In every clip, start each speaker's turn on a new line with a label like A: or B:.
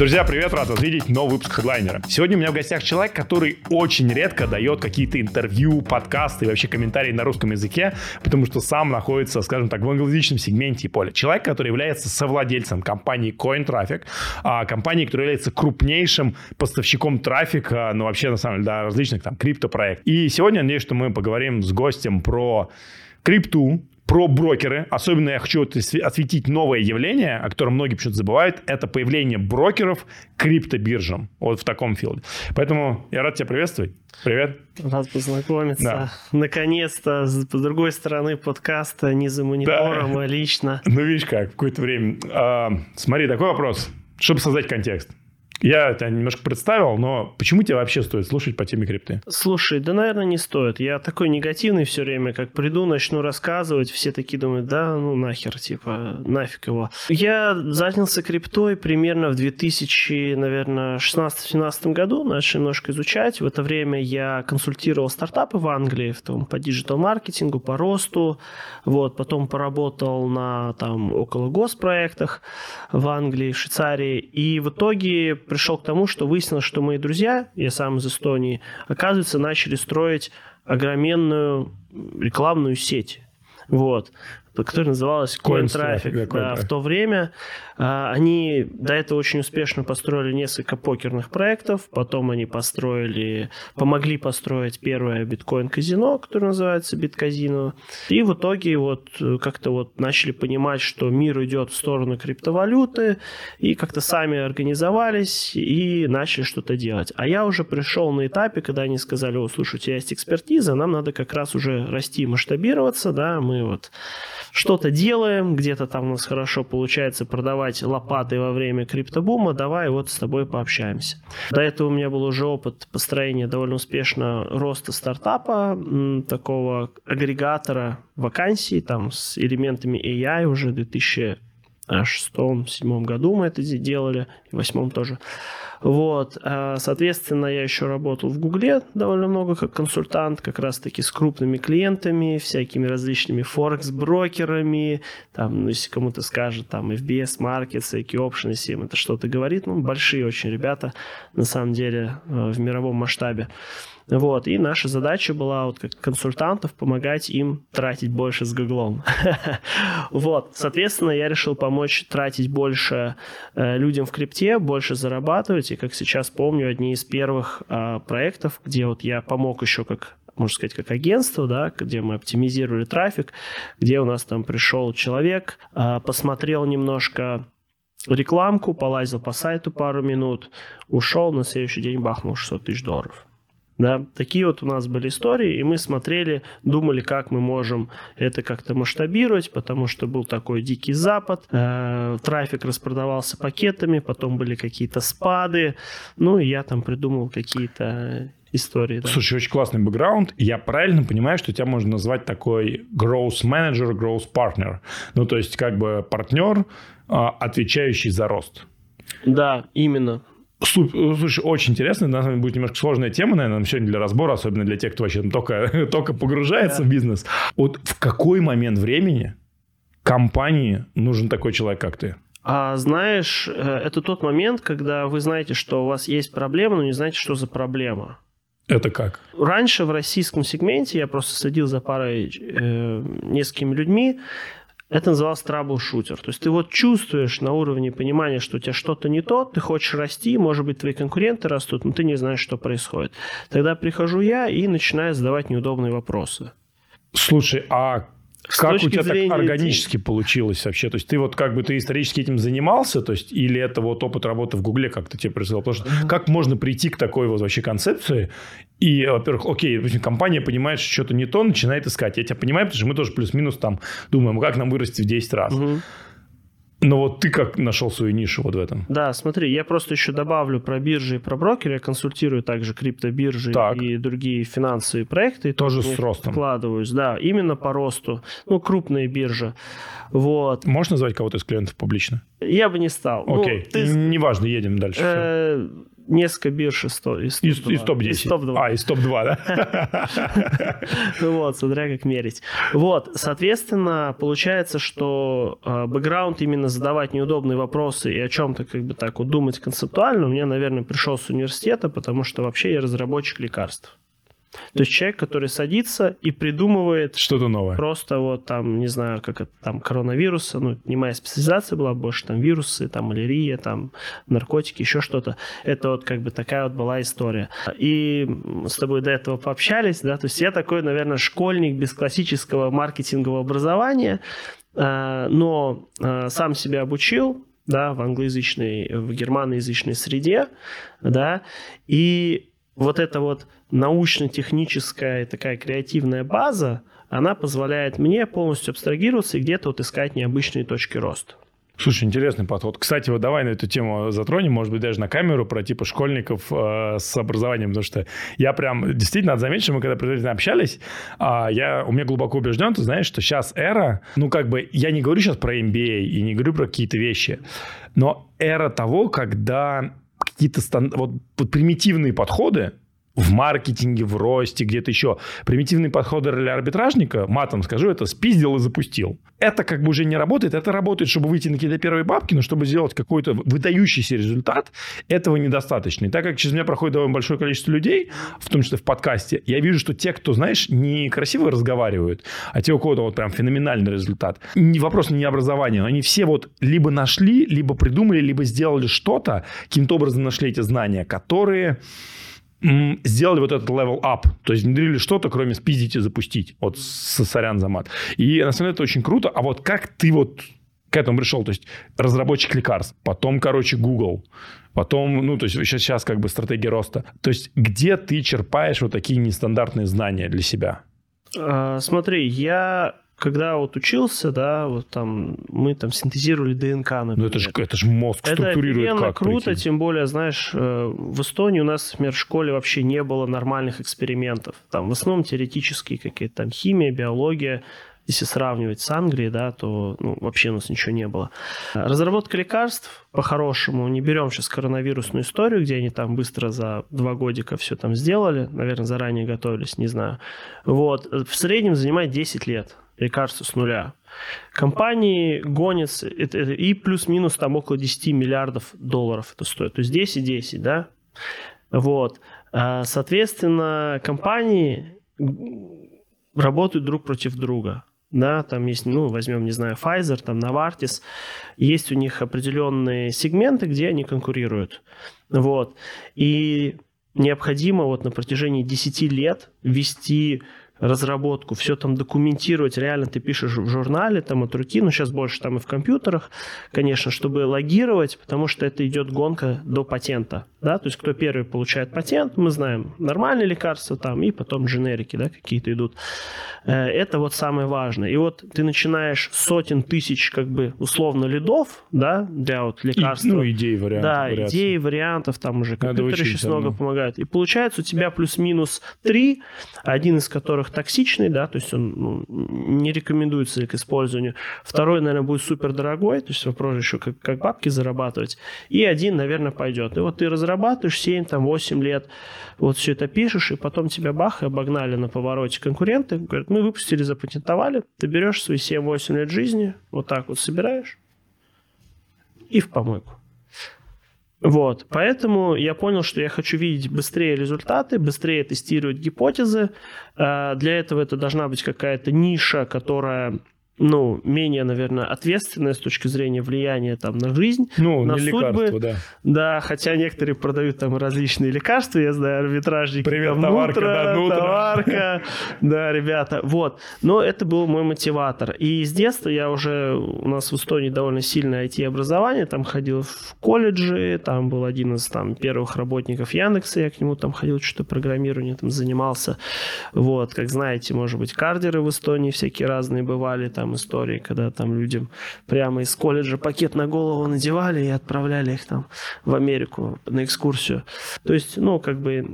A: Друзья, привет, рад вас видеть, новый выпуск Хедлайнера. Сегодня у меня в гостях человек, который очень редко дает какие-то интервью, подкасты и вообще комментарии на русском языке, потому что сам находится, скажем так, в англоязычном сегменте поля. Человек, который является совладельцем компании Cointraffic, компании, которая является крупнейшим поставщиком трафика, ну вообще на самом деле, да, различных там криптопроектов. И сегодня, я надеюсь, что мы поговорим с гостем про крипту, про брокеры. Особенно я хочу осветить новое явление, о котором многие почему-то забывают. Это появление брокеров криптобиржам. Вот в таком филде. Поэтому я рад тебя приветствовать. Привет.
B: Рад познакомиться.
A: Да.
B: Наконец-то с другой стороны подкаста, не за монитором, а лично.
A: Ну, видишь как, какое-то время. Смотри, такой вопрос, чтобы создать контекст. Я это немножко представил, но почему тебе вообще стоит слушать по теме крипты?
B: Слушай, да, наверное, не стоит. Я такой негативный все время, как приду, начну рассказывать, все такие думают, да, ну нахер, типа, нафиг его. Я занялся криптой примерно в 2016-2017 году, начал немножко изучать. В это время я консультировал стартапы в Англии, по диджитал-маркетингу, по росту. Вот, потом поработал на там около госпроектах в Англии, в Швейцарии. И в итоге пришел к тому, что выяснилось, что мои друзья, я сам из Эстонии, оказывается, начали строить огроменную рекламную сеть, вот, которая называлась Cointraffic. Да, в то время они до этого очень успешно построили несколько покерных проектов, потом они помогли построить первое биткоин-казино, которое называется BitCasino, и в итоге вот как-то вот начали понимать, что мир идет в сторону криптовалюты, и как-то сами организовались и начали что-то делать. А я уже пришел на этапе, когда они сказали: о, слушай, у тебя есть экспертиза, нам надо как раз уже расти, масштабироваться, да, мы вот что-то делаем, где-то там у нас хорошо получается продавать лопаты во время криптобума, давай вот с тобой пообщаемся. До этого у меня был уже опыт построения довольно успешно роста стартапа, такого агрегатора вакансий, там с элементами AI уже в 2006-2007 году мы это делали, и в 2008 тоже. Вот, соответственно, я еще работал в Гугле довольно много как консультант, как раз-таки с крупными клиентами, всякими различными форекс-брокерами, там, ну, если кому-то скажет, там, FBS Markets, IQ Options, если им это что-то говорит, ну, большие очень ребята, на самом деле, в мировом масштабе. Вот, и наша задача была вот как консультантов помогать им тратить больше с Гуглом. Вот, соответственно, я решил помочь тратить больше людям в крипте, больше зарабатывать, и как сейчас помню, одни из первых проектов, где вот я помог еще как, можно сказать, как агентство, да, где мы оптимизировали трафик, где у нас там пришел человек, посмотрел немножко рекламку, полазил по сайту пару минут, ушел, на следующий день бахнул $600 000. Да, такие вот у нас были истории, и мы смотрели, думали, как мы можем это как-то масштабировать, потому что был такой дикий запад, трафик распродавался пакетами, потом были какие-то спады, ну и я там придумал какие-то истории. Да.
A: Слушай, очень классный бэкграунд. Я правильно понимаю, что тебя можно назвать такой growth manager, growth partner, ну то есть как бы партнер, отвечающий за рост.
B: Да, именно.
A: Слушай, очень интересно. На самом деле будет немножко сложная тема, наверное, сегодня для разбора, особенно для тех, кто вообще там только погружается в бизнес. Вот в какой момент времени компании нужен такой человек, как ты?
B: Знаешь, это тот момент, когда вы знаете, что у вас есть проблема, но не знаете, что за проблема.
A: Это как?
B: Раньше в российском сегменте, я просто следил за несколькими людьми, это называлось трабл-шутер. То есть ты вот чувствуешь на уровне понимания, что у тебя что-то не то, ты хочешь расти, может быть, твои конкуренты растут, но ты не знаешь, что происходит. Тогда прихожу я и начинаю задавать неудобные вопросы.
A: Слушай, а как у тебя так органически получилось вообще? То есть ты вот как бы ты исторически этим занимался, то есть или это вот опыт работы в Гугле как-то тебе происходил? Потому что как можно прийти к такой вот вообще концепции? И, во-первых, окей, допустим, компания понимает, что что-то не то, начинает искать. Я тебя понимаю, потому что мы тоже плюс-минус там думаем, как нам вырасти в 10 раз. Но вот ты как нашел свою нишу вот в этом?
B: Да, смотри, я просто еще добавлю про биржи и про брокеры. Я консультирую также криптобиржи и другие финансовые проекты.
A: Тоже с ростом?
B: Вкладываюсь, да, именно по росту. Ну, крупные биржи. Вот.
A: Можешь назвать кого-то из клиентов публично?
B: Я бы не стал.
A: Окей, неважно, едем дальше.
B: несколько бирж из топ-10.
A: Из топ-2. Из топ-2, да?
B: Вот, смотря как мерить. Вот, соответственно, получается, что бэкграунд именно задавать неудобные вопросы и о чем-то как бы так вот думать концептуально у меня, наверное, пришел с университета, потому что вообще я разработчик лекарств. То есть человек, который садится и придумывает
A: что-то новое.
B: Просто вот там, не знаю, как это там коронавируса, ну, не моя специализация была, больше там вирусы, там малярия, там наркотики, еще что-то. Это вот как бы такая вот была история. И с тобой до этого пообщались, да, то есть я такой, наверное, школьник без классического маркетингового образования, но сам себя обучил, да, в англоязычной, в германоязычной среде, да, и вот эта вот научно-техническая такая креативная база, она позволяет мне полностью абстрагироваться и где-то вот искать необычные точки роста.
A: Слушай, интересный подход. Кстати, вот давай на эту тему затронем, может быть, даже на камеру про типа школьников с образованием, потому что я прям действительно надо заметить, что мы когда предварительно общались, у меня глубоко убежден, ты знаешь, что сейчас эра, ну как бы, я не говорю сейчас про MBA и не говорю про какие-то вещи, но эра того, когда какие-то вот примитивные подходы в маркетинге, в росте, где-то еще. Примитивные подходы для арбитражника, матом скажу, это спиздил и запустил. Это как бы уже не работает. Это работает, чтобы выйти на какие-то первые бабки, но чтобы сделать какой-то выдающийся результат, этого недостаточно. И так как через меня проходит довольно большое количество людей, в том числе в подкасте, я вижу, что те, кто, знаешь, не красиво разговаривают, а те, у кого-то вот прям феноменальный результат. Вопрос не образования. Они все вот либо нашли, либо придумали, либо сделали что-то, каким-то образом нашли эти знания, которые сделали вот этот level up, то есть внедрили что-то, кроме спиздить и запустить. Вот сорян за мат. И на самом деле это очень круто. А вот как ты вот к этому пришел? То есть разработчик лекарств, потом, Google, потом, ну, то есть сейчас как бы стратегия роста. То есть где ты черпаешь вот такие нестандартные знания для себя?
B: Смотри, когда вот учился, да, вот там мы там синтезировали ДНК, например.
A: Ну это ж мозг структурирует как.
B: Это круто, тем более, знаешь, в Эстонии у нас, например, в школе вообще не было нормальных экспериментов. Там в основном теоретические какие-то там химия, биология. Если сравнивать с Англией, да, то вообще у нас ничего не было. Разработка лекарств, по-хорошему, не берем сейчас коронавирусную историю, где они там быстро за 2 годика все там сделали, наверное, заранее готовились, не знаю. Вот. В среднем занимает 10 лет лекарства с нуля. Компании гонятся, и плюс-минус там около 10 миллиардов долларов это стоит. То есть 10 и 10, да? Вот. Соответственно, компании работают друг против друга. Да, там есть, возьмем, не знаю, Pfizer, там Novartis, есть у них определенные сегменты, где они конкурируют. Вот. И необходимо вот на протяжении 10 лет вести разработку, все там документировать, реально ты пишешь в журнале там от руки, сейчас больше там и в компьютерах, конечно, чтобы логировать, потому что это идет гонка до патента, да, то есть кто первый получает патент, мы знаем, нормальные лекарства там, и потом дженерики, да, какие-то идут. Это вот самое важное. И вот ты начинаешь сотен тысяч, как бы, условно, лидов, да, для вот лекарств.
A: Идей, вариантов.
B: Да, идей, вариантов, там уже компьютеры сейчас много помогают. И получается у тебя плюс-минус 3, один из которых токсичный, да, то есть он не рекомендуется к использованию. Второй, наверное, будет супер дорогой, то есть вопрос еще как бабки зарабатывать. И один, наверное, пойдет. И вот ты разрабатываешь 7-8 лет, вот все это пишешь, и потом тебя бах, и обогнали на повороте конкуренты. Говорят, мы выпустили, запатентовали. Ты берешь свои 7-8 лет жизни, вот так вот собираешь и в помойку. Вот, поэтому я понял, что я хочу видеть быстрее результаты, быстрее тестировать гипотезы. Для этого это должна быть какая-то ниша, которая, менее, наверное, ответственная с точки зрения влияния там на жизнь, на
A: не
B: судьбы.
A: Лекарства, да.
B: Да, хотя некоторые продают там различные лекарства, я знаю, арбитражники.
A: Привет, товарка.
B: Да, ребята, вот. Но это был мой мотиватор. И с детства у нас в Эстонии довольно сильное IT-образование, там ходил в колледжи, там был один из первых работников Яндекса, я к нему там ходил, что-то программированием там занимался. Вот, как знаете, может быть, кардеры в Эстонии всякие разные бывали, там истории, когда там людям прямо из колледжа пакет на голову надевали и отправляли их там в Америку на экскурсию. То есть,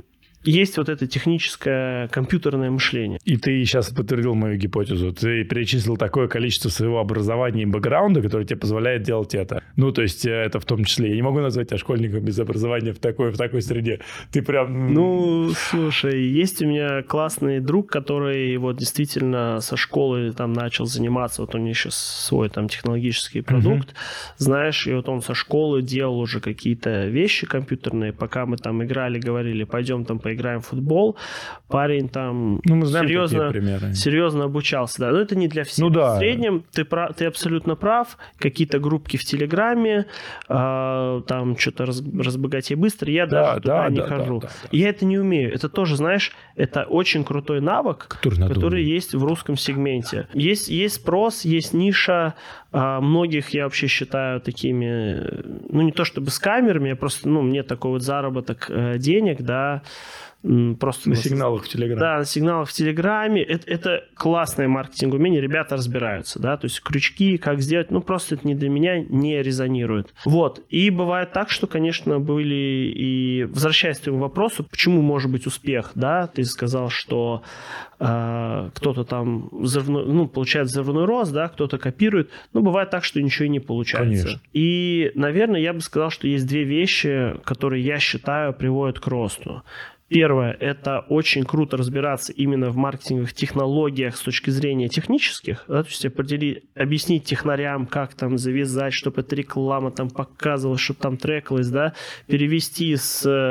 B: есть вот это техническое компьютерное мышление.
A: И ты сейчас подтвердил мою гипотезу. Ты перечислил такое количество своего образования и бэкграунда, которое тебе позволяет делать это. Ну, то есть это в том числе. Я не могу назвать тебя школьником без образования в такой среде. Ты прям...
B: Ну, слушай, есть у меня классный друг, который вот действительно со школы там начал заниматься. Вот у него еще свой там технологический продукт. Знаешь, и вот он со школы делал уже какие-то вещи компьютерные. Пока мы там играли, говорили, пойдем там поиграем в футбол. Парень там
A: мы знаем
B: серьезно обучался. Да. Но это не для всех.
A: Ну, да.
B: В среднем ты абсолютно прав. Какие-то группки в Телеграме, там что-то разбогатей быстро. Я даже туда не хожу. Да. Я это не умею. Это тоже, знаешь, это очень крутой навык, который есть в русском сегменте. Есть спрос, есть ниша. Многих я вообще считаю такими, ну не то чтобы скамерами, просто, мне такой вот заработок денег, да, просто...
A: На сигналах в Телеграме.
B: Да, на сигналах в Телеграме. Это классное маркетинговое умение, ребята разбираются, да, то есть крючки, как сделать, просто это не для меня, не резонирует. Вот, и бывает так, что, конечно, были и... Возвращаясь к твоему вопросу, почему может быть успех, да, ты сказал, что кто-то там получает взрывной рост, да, кто-то копирует, бывает так, что ничего и не получается.
A: Конечно.
B: И, наверное, я бы сказал, что есть две вещи, которые, я считаю, приводят к росту. Первое, это очень круто разбираться именно в маркетинговых технологиях с точки зрения технических, да, то есть объяснить технарям, как там завязать, чтобы эта реклама там показывалась, чтобы там трекалась, да, перевести с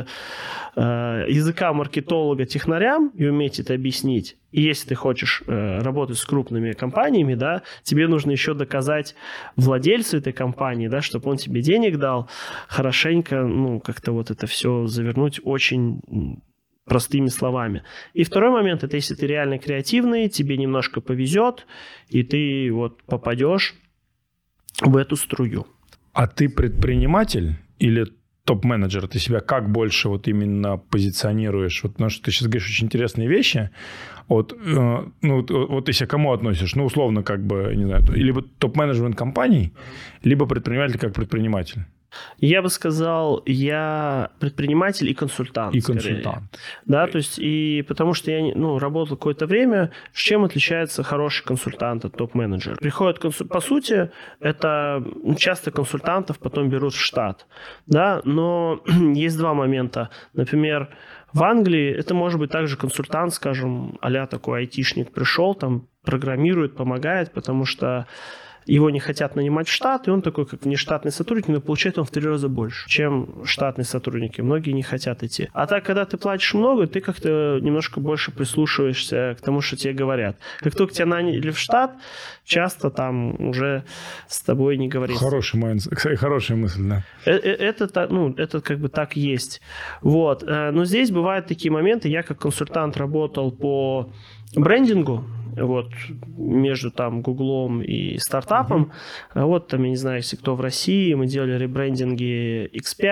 B: языка маркетолога технарям и уметь это объяснить. И если ты хочешь работать с крупными компаниями, да, тебе нужно еще доказать владельцу этой компании, да, чтобы он тебе денег дал, хорошенько, как-то вот это все завернуть очень простыми словами. И второй момент, это если ты реально креативный, тебе немножко повезет, и ты вот попадешь в эту струю.
A: А ты предприниматель или топ-менеджер? Ты себя как больше вот именно позиционируешь? Вот, потому что ты сейчас говоришь очень интересные вещи. Вот ты себя к кому относишь? Условно, не знаю, либо топ-менеджмент компаний, либо предприниматель как предприниматель.
B: Я бы сказал, я предприниматель и консультант.
A: И консультант.
B: Да, то есть, и потому что я работал какое-то время, с чем отличается хороший консультант от топ-менеджера? Приходят по сути, это часто консультантов потом берут в штат, да, но есть два момента. Например, в Англии это может быть также консультант, скажем, а-ля такой айтишник пришел, там программирует, помогает, потому что его не хотят нанимать в штат, и он такой, как внештатный сотрудник, но получает он в 3 раза больше, чем штатные сотрудники. Многие не хотят идти. А так, когда ты платишь много, ты как-то немножко больше прислушиваешься к тому, что тебе говорят. Как только тебя наняли в штат, часто там уже с тобой не говорится.
A: Хорошая мысль, да.
B: Это как бы так есть. Вот. Но здесь бывают такие моменты. Я как консультант работал по брендингу, вот, между там Гуглом и стартапом. Вот там, я не знаю, если кто в России, мы делали ребрендинги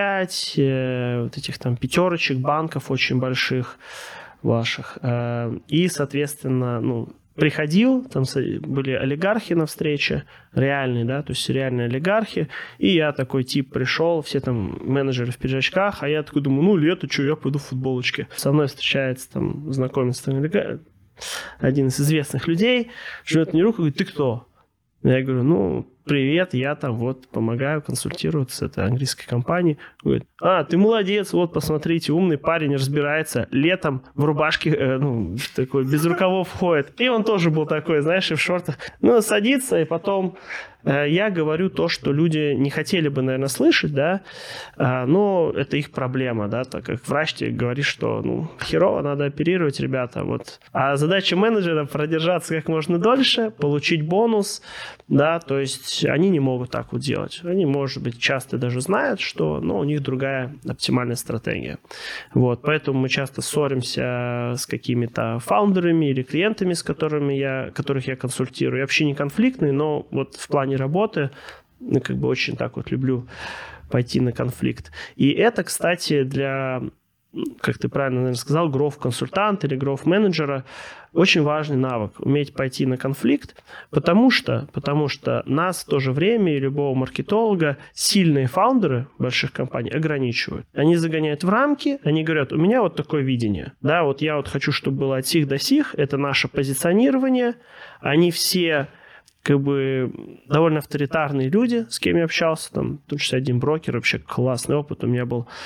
B: X5, вот этих там 5 банков очень больших ваших. И, соответственно, приходил, там были олигархи на встрече, реальные, да, то есть реальные олигархи, и я такой тип пришел, все там менеджеры в пиджачках, а я такой думаю, лето, что, я пойду в футболочке. Со мной встречается там, знакомится там один из известных людей, жмет мне руку и говорит, ты кто? Я говорю, привет, я там вот помогаю, консультирую с этой английской компанией. Говорит, ты молодец, вот посмотрите, умный парень разбирается, летом в рубашке, такой, без рукавов ходит. И он тоже был такой, знаешь, и в шортах. Садится, и потом я говорю то, что люди не хотели бы, наверное, слышать, да, но это их проблема, да, так как врач тебе говорит, что, херово, надо оперировать, ребята, вот. А задача менеджера продержаться как можно дольше, получить бонус, да, то есть они не могут так вот делать. Они, может быть, часто даже знают, что, у них другая оптимальная стратегия. Вот, поэтому мы часто ссоримся с какими-то фаундерами или клиентами, с которых я консультирую. Я вообще не конфликтный, но вот в плане работы, как бы очень так вот люблю пойти на конфликт. И это, кстати, для как ты правильно, наверное, сказал, growth-консультанта или growth-менеджера, очень важный навык – уметь пойти на конфликт, потому что нас в то же время и любого маркетолога сильные фаундеры больших компаний ограничивают. Они загоняют в рамки, они говорят, у меня вот такое видение, да, вот я вот хочу, чтобы было от сих до сих, это наше позиционирование, они все как бы довольно авторитарные люди, с кем я общался, там, в том числе один брокер, вообще классный опыт у меня был.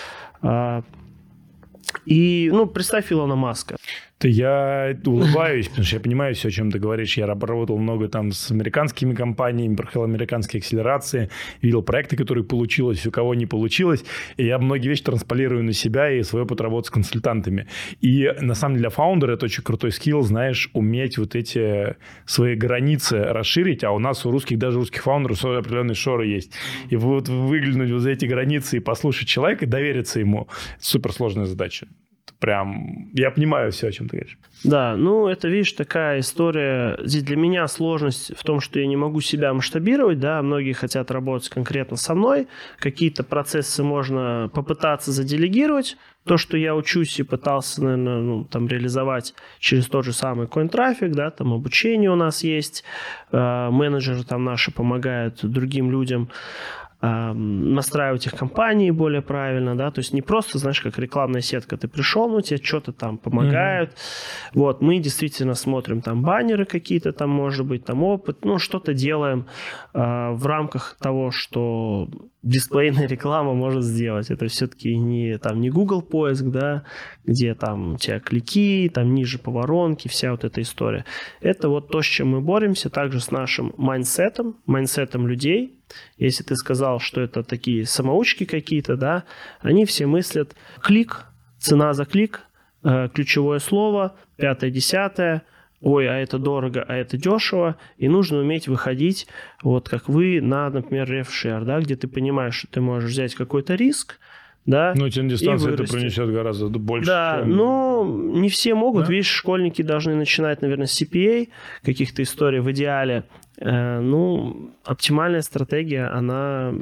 B: И, представь Илона Маска.
A: Я улыбаюсь, потому что я понимаю все, о чем ты говоришь. Я работал много там с американскими компаниями, проходил американские акселерации, видел проекты, которые получилось, у кого не получилось. И я многие вещи трансполирую на себя и свой опыт работы с консультантами. И на самом деле для фаундера это очень крутой скилл, знаешь, уметь вот эти свои границы расширить. А у нас, у русских, даже русских фаундеров, определенные шоры есть. И вот выглянуть вот за эти границы и послушать человека, и довериться ему – суперсложная задача. Прям, я понимаю все, о чем ты говоришь.
B: Да, это, видишь, такая история. Здесь для меня сложность в том, что я не могу себя масштабировать, да, многие хотят работать конкретно со мной, какие-то процессы можно попытаться заделегировать, то, что я учусь и пытался, наверное, реализовать через тот же самый CoinTraffic, да, там обучение у нас есть, менеджеры там наши помогают другим людям настраивать их компании более правильно, да, то есть не просто, знаешь, как рекламная сетка, ты пришел, тебе что-то там помогают, вот, мы действительно смотрим там баннеры какие-то, там, может быть, там опыт, что-то делаем в рамках того, что дисплейная реклама может сделать. Это все-таки не Google поиск, да, где там у тебя клики, там ниже по воронке, вся вот эта история. Это вот то, с чем мы боремся, также с нашим майндсетом людей. Если ты сказал, что это такие самоучки какие-то, да, они все мыслят клик, цена за клик, ключевое слово, 5-10, ой, а это дорого, а это дешево, и нужно уметь выходить, вот как вы, на, например, RevShare, да, где ты понимаешь, что ты можешь взять какой-то риск, да,
A: тебе на дистанции это принесет гораздо больше.
B: Да, не все могут, да? Видишь, школьники должны начинать, наверное, с CPA, каких-то историй в идеале. Оптимальная стратегия, она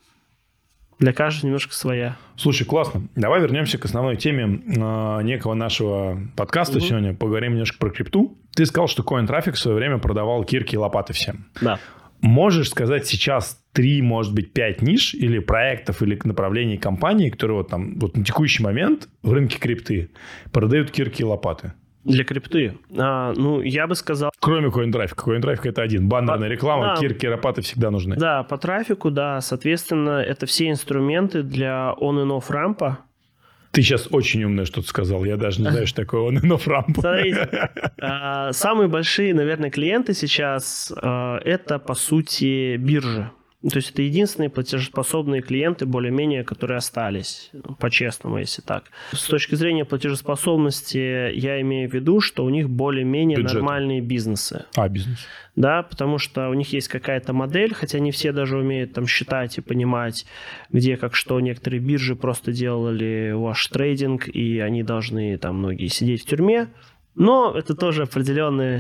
B: для каждого немножко своя.
A: Слушай, классно. Давай вернемся к основной теме некого нашего подкаста сегодня. Поговорим немножко про крипту. Ты сказал, что CoinTraffic в свое время продавал кирки и лопаты всем.
B: Да.
A: Можешь сказать сейчас 3, может быть, 5 ниш или проектов, или направлений компаний, которые вот на текущий момент в рынке крипты продают кирки и лопаты?
B: Для крипты? Я бы сказал...
A: Кроме CoinTraffic. CoinTraffic – это один. Баннерная реклама, кирки и лопаты всегда нужны.
B: Да, по трафику, да. Соответственно, это все инструменты для on and off рампа.
A: Ты сейчас очень умное что-то сказал. Я даже не знаю, что такое on and off рампа.
B: Смотрите, самые большие, наверное, клиенты сейчас это, по сути, биржи. То есть это единственные платежеспособные клиенты, более-менее, которые остались, по-честному, если так. С точки зрения платежеспособности я имею в виду, что у них более-менее нормальные бизнесы.
A: Бизнес.
B: Да, потому что у них есть какая-то модель, хотя не все даже умеют там считать и понимать, где как что. Некоторые биржи просто делали ваш трейдинг, и они должны там многие сидеть в тюрьме. Но это тоже определенные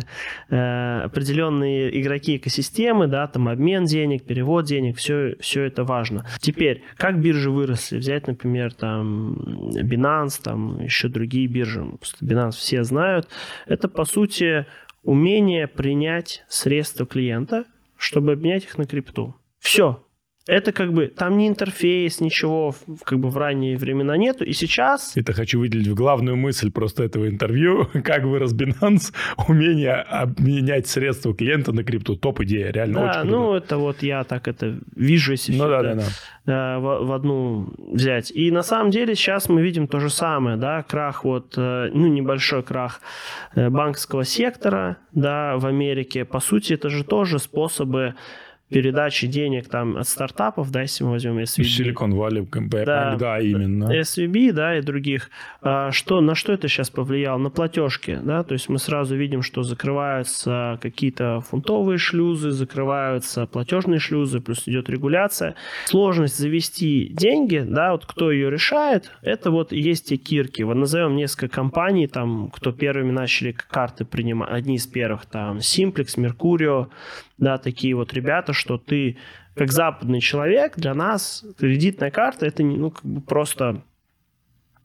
B: игроки экосистемы, да, там обмен денег, перевод денег, все это важно. Теперь, как биржи выросли? Взять, например, там Binance, там еще другие биржи, Binance все знают. Это, по сути, умение принять средства клиента, чтобы обменять их на крипту. Все. Это там не интерфейс, ничего в ранние времена нету. И сейчас...
A: Это хочу выделить в главную мысль просто этого интервью. Как вырос Binance, умение обменять средства клиента на крипту. Топ-идея, реально очень круто.
B: Это я так это вижу, если в одну взять. И на самом деле сейчас мы видим то же самое, да, крах небольшой крах банковского сектора, да, в Америке. По сути, это же тоже способы передачи денег там от стартапов, да, если мы возьмем SVB.
A: Silicon Valley, да, именно.
B: SVB, да, и других. На что это сейчас повлияло? На платежки, да, то есть мы сразу видим, что закрываются какие-то фунтовые шлюзы, закрываются платежные шлюзы, плюс идет регуляция. Сложность завести деньги, да, вот кто ее решает, это вот есть те кирки. Вот назовем несколько компаний, там, кто первыми начали карты принимать, одни из первых, там, Simplex, Mercurio, да, такие вот ребята, что ты, как западный человек, для нас кредитная карта – это просто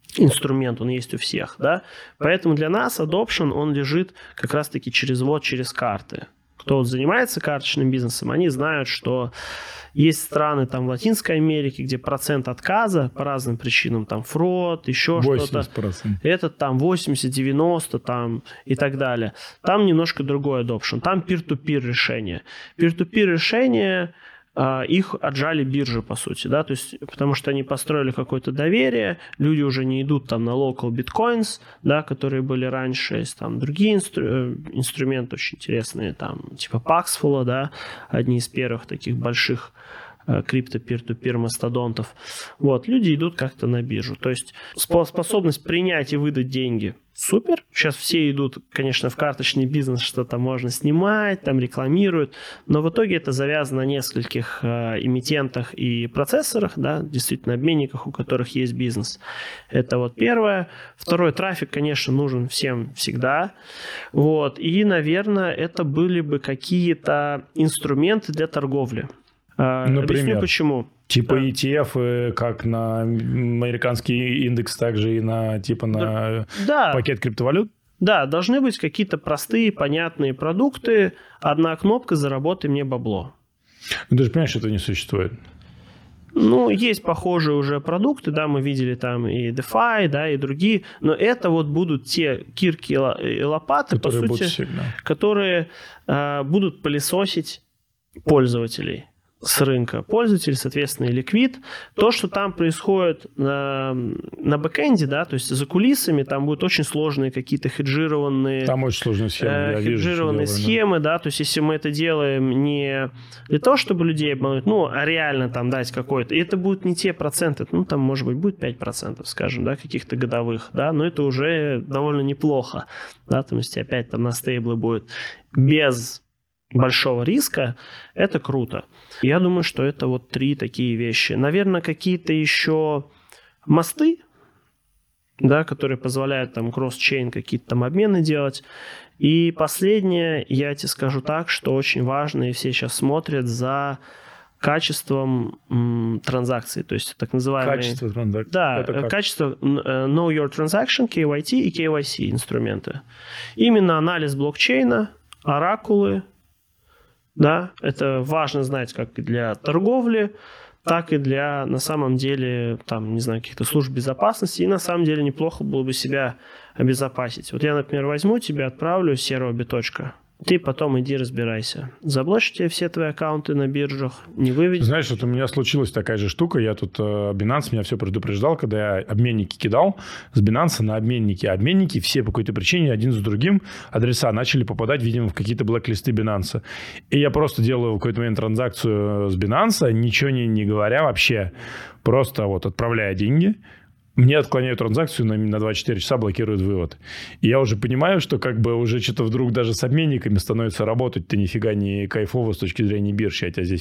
B: инструмент, он есть у всех, да. Поэтому для нас adoption, он лежит как раз-таки через карты. Кто занимается карточным бизнесом, они знают, что есть страны там в Латинской Америке, где процент отказа по разным причинам, там фрод, еще
A: 80%.
B: что-то. Это там 80-90 там и так далее. Там немножко другой adoption. Там peer-to-peer решение. Peer-to-peer решение, их отжали биржи, по сути, да, то есть, потому что они построили какое-то доверие, люди уже не идут там на local bitcoins, да, которые были раньше, есть там другие инструменты очень интересные, там, типа Paxful, да, одни из первых таких больших крипто peer-to-peer мастодонтов. Вот, люди идут как-то на биржу. То есть способность принять и выдать деньги супер. Сейчас все идут, конечно, в карточный бизнес, что-то можно снимать, там рекламируют, но в итоге это завязано на нескольких эмитентах и процессорах, да, действительно обменниках, у которых есть бизнес. Это вот первое. Второй, трафик, конечно, нужен всем всегда. Вот. И, наверное, это были бы какие-то инструменты для торговли.
A: Например,
B: объясню почему.
A: Типа да. ETF, как на американский индекс, также и на пакет криптовалют?
B: Да, должны быть какие-то простые, понятные продукты. Одна кнопка «Заработай мне бабло».
A: Ну, ты же понимаешь, что это не существует.
B: Ну, есть похожие уже продукты, да, мы видели там и DeFi, да, и другие, но это вот будут те кирки и лопаты,
A: которые,
B: по сути, которые будут пылесосить пользователей с рынка. Пользователь, соответственно, и ликвид. То, что там происходит на бэкэнде, да, то есть за кулисами, там будут очень сложные какие-то хеджированные...
A: Там очень сложные схемы.
B: Хеджированные схемы, да, то есть если мы это делаем не для того, чтобы людей обмануть, ну, а реально там дать какой-то... И это будут не те проценты, ну, там, может быть, будет 5%, скажем, да, каких-то годовых, да, но это уже довольно неплохо, да, то есть опять там на стейблы будет без большого риска, это круто. Я думаю, что это вот 3 такие вещи. Наверное, какие-то еще мосты, да, которые позволяют там кросс-чейн какие-то там обмены делать. И последнее, я тебе скажу так, что очень важно, и все сейчас смотрят за качеством транзакций, то есть так называемые...
A: Качество транзакций.
B: Да, качество Know Your Transaction, KYT и KYC инструменты. Именно анализ блокчейна, оракулы, да, это важно знать как для торговли, так и для, на самом деле, там, не знаю, каких-то служб безопасности. И на самом деле неплохо было бы себя обезопасить. Вот я, например, возьму тебя, отправлю серого биточка. Ты потом иди разбирайся. Заблочь тебе все твои аккаунты на биржах, не выведи.
A: Знаешь, вот у меня случилась такая же штука. Я тут, Binance меня все предупреждал, когда я обменники кидал с Binance на обменники. Обменники все по какой-то причине один за другим адреса начали попадать, видимо, в какие-то блэк-листы Binance. И я просто делаю в какой-то момент транзакцию с Binance, ничего не говоря вообще, просто вот отправляя деньги. Мне отклоняют транзакцию на 24 часа, блокируют вывод. И я уже понимаю, что как бы уже что-то вдруг даже с обменниками становится работать-то нифига не кайфово с точки зрения биржи. Хотя здесь,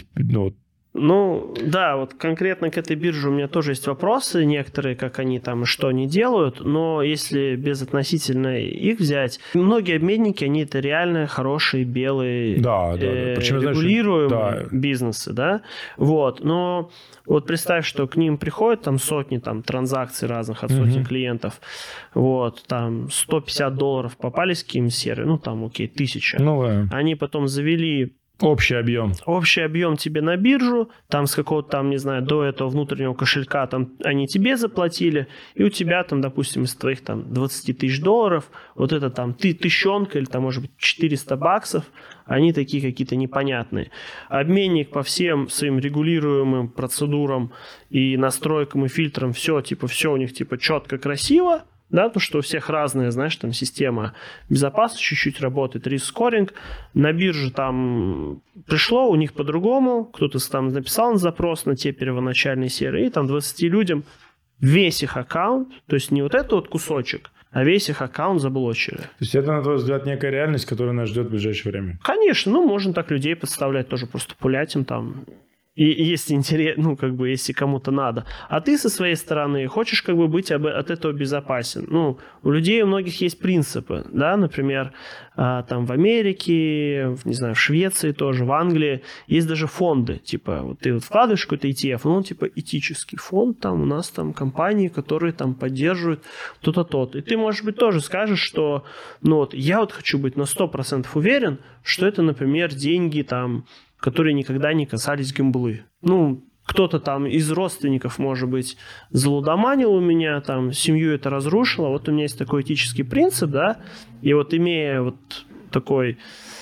B: Ну, да, вот конкретно к этой бирже у меня тоже есть вопросы некоторые, как они там и что они делают, но если безотносительно их взять, многие обменники, они это реально хорошие, белые,
A: Причем,
B: регулируемые бизнесы, да, вот, но вот представь, что к ним приходят там сотни там транзакций разных от сотен клиентов, вот, там $150 попались какие-нибудь серые, ну, там, окей, 1000, они потом завели
A: общий объем.
B: Общий объем тебе на биржу, там с какого-то там, не знаю, до этого внутреннего кошелька там они тебе заплатили, и у тебя там, допустим, из твоих там $20 тысяч, вот это там тысячонка или там, может быть, $400, они такие какие-то непонятные. Обменник по всем своим регулируемым процедурам и настройкам и фильтрам, все у них четко, красиво, да, то, что у всех разная, знаешь, там система безопасности чуть-чуть работает, риск-скоринг. На бирже там пришло, у них по-другому, кто-то там написал на запрос на те первоначальные серые, и там 20 людям весь их аккаунт, то есть не вот этот вот кусочек, а весь их аккаунт заблочили.
A: То есть это, на твой взгляд, некая реальность, которая нас ждет в ближайшее время?
B: Конечно, можно так людей подставлять, тоже просто пулять им там. И если интересно, если кому-то надо. А ты со своей стороны хочешь быть от этого безопасен. У людей у многих есть принципы, да, например, там в Америке, не знаю, в Швеции тоже, в Англии есть даже фонды, типа, ты вкладываешь какой-то ETF, этический фонд, там у нас там компании, которые там поддерживают то-то, то-то. И ты, может быть, тоже скажешь, что, я хочу быть на 100% уверен, что это, например, деньги там, которые никогда не касались гэмблы. Кто-то там из родственников, может быть, залудоманил у меня, там, семью это разрушило. Вот у меня есть такой этический принцип, да, и имея такой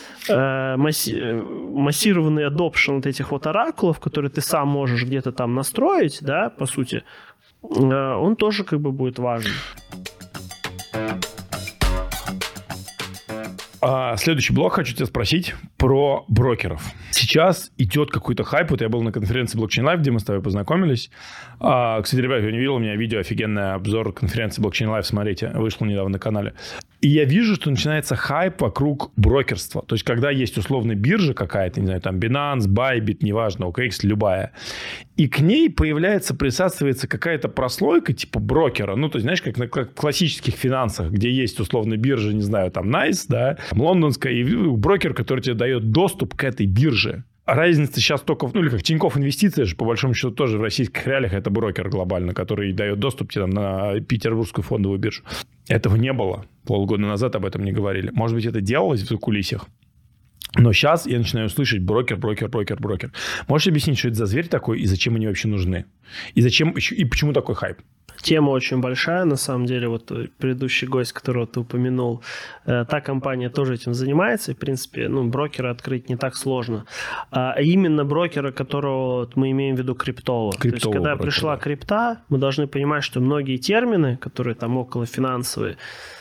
B: массированный adoption этих оракулов, которые ты сам можешь где-то там настроить, да, по сути, он тоже будет важен.
A: Следующий блок хочу тебя спросить про брокеров. Сейчас идет какой-то хайп. Вот я был на конференции Blockchain Live, где мы с тобой познакомились. Кстати, ребят, я не видел, у меня видео, офигенный обзор конференции Blockchain Live, смотрите, вышло недавно на канале. И я вижу, что начинается хайп вокруг брокерства. То есть, когда есть условно биржа какая-то, не знаю, там Binance, Bybit, неважно, OKX, любая, и к ней присасывается какая-то прослойка типа брокера. То есть, знаешь, как в классических финансах, где есть условно биржа, не знаю, там NYSE, да, лондонская, и брокер, который тебе дает доступ к этой бирже. Разница сейчас только, или как Тинькофф Инвестиции же, по большому счету, тоже в российских реалиях это брокер глобально, который дает доступ тебе на петербургскую фондовую биржу. Этого не было. Полгода назад об этом не говорили. Может быть, это делалось в закулисьях. Но сейчас я начинаю слышать брокер. Можешь объяснить, что это за зверь такой и зачем они вообще нужны? И почему такой хайп?
B: Тема очень большая, на самом деле. Предыдущий гость, которого ты упомянул, та компания тоже этим занимается. И, в принципе, брокера открыть не так сложно. А именно брокера, которого мы имеем в виду криптового. То есть, когда брокера, пришла крипта, мы должны понимать, что многие термины, которые там околофинансовые,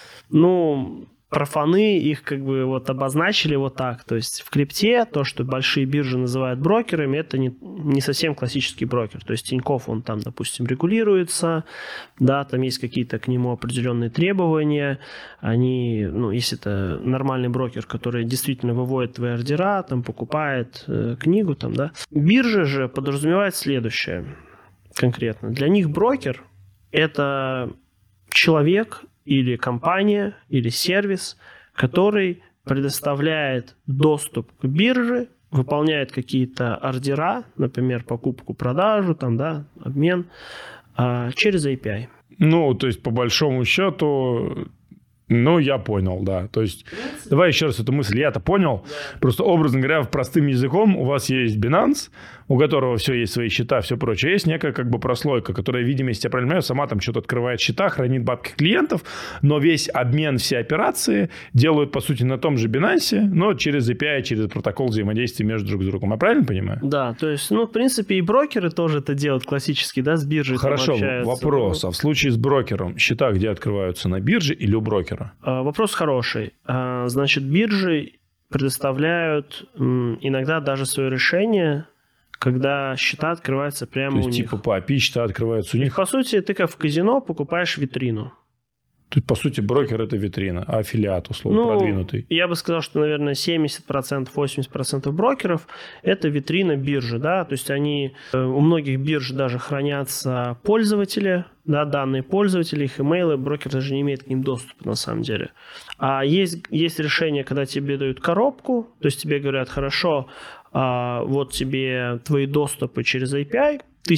B: профаны их обозначили вот так. То есть в крипте то, что большие биржи называют брокерами, это не совсем классический брокер. То есть Тинькофф, он там, допустим, регулируется, да, там есть какие-то к нему определенные требования. Они, если это нормальный брокер, который действительно выводит твои ордера, там покупает книгу, там, да. Биржа же подразумевает следующее конкретно. Для них брокер – это человек или компания, или сервис, который предоставляет доступ к бирже, выполняет какие-то ордера, например, покупку, продажу, там, да, обмен, через API.
A: То есть, по большому счету, я понял, да. То есть, давай еще раз эту мысль. Я-то понял. Да. Просто, образно говоря, простым языком у вас есть Binance, у которого все есть свои счета, все прочее. Есть некая прослойка, которая, видимо, если я правильно понимаю, сама там что-то открывает счета, хранит бабки клиентов, но весь обмен, все операции делают, по сути, на том же Binance, но через API, через протокол взаимодействия между друг с другом. Я правильно понимаю?
B: Да, то есть, в принципе, и брокеры тоже это делают классически, да, с биржей.
A: Хорошо, вопрос. А в случае с брокером счета где открываются, на бирже или у брокера?
B: Вопрос хороший. Значит, биржи предоставляют иногда даже свое решение, когда счета открываются прямо у них.
A: То есть, по API счета открываются у них?
B: По сути, ты как в казино покупаешь витрину.
A: То есть, по сути, брокер – это витрина, а аффилиат, условно, продвинутый.
B: Я бы сказал, что, наверное, 70%, 80% брокеров – это витрина биржи, да, то есть у многих бирж даже хранятся пользователи, да, данные пользователей, их имейлы, брокер даже не имеет к ним доступа на самом деле. А есть решение, когда тебе дают коробку, то есть тебе говорят, хорошо, вот тебе твои доступы через API,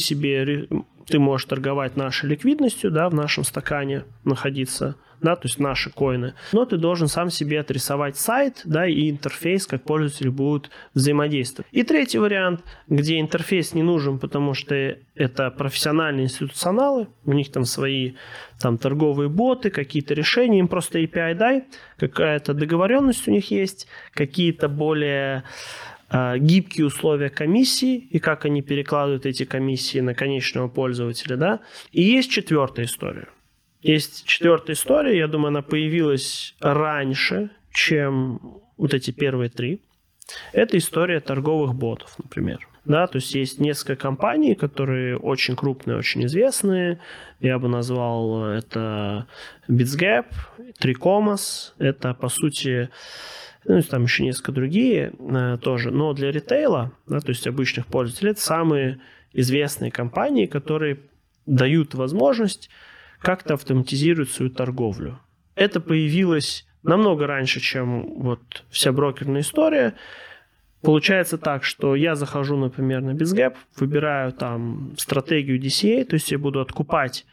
B: ты можешь торговать нашей ликвидностью, да, в нашем стакане находиться, да, то есть наши коины, но ты должен сам себе отрисовать сайт, да, и интерфейс, как пользователи будут взаимодействовать. И третий вариант, где интерфейс не нужен, потому что это профессиональные институционалы, у них там свои там торговые боты, какие-то решения, им просто API дай, какая-то договоренность у них есть, какие-то более гибкие условия комиссии и как они перекладывают эти комиссии на конечного пользователя, да. И есть четвертая история. Есть четвертая история, я думаю, она появилась раньше, чем вот эти первые три. Это история торговых ботов, например. Да, то есть есть несколько компаний, которые очень крупные, очень известные. Я бы назвал это BitsGap, Tricomas. Это, по сути, ну, там еще несколько другие тоже. Но для ритейла, да, то есть обычных пользователей, это самые известные компании, которые дают возможность как-то автоматизировать свою торговлю. Это появилось намного раньше, чем вот вся брокерная история. Получается так, что я захожу, например, на BizGap, выбираю там стратегию DCA, то есть я буду откупать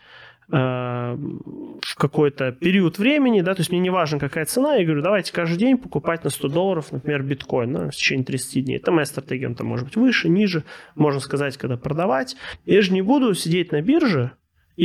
B: в какой-то период времени, да, то есть мне не важно, какая цена, я говорю, давайте каждый день покупать на $100, например, биткоин, в течение 30 дней. Это моя стратегия, он там может быть выше, ниже, можно сказать, когда продавать. Я же не буду сидеть на бирже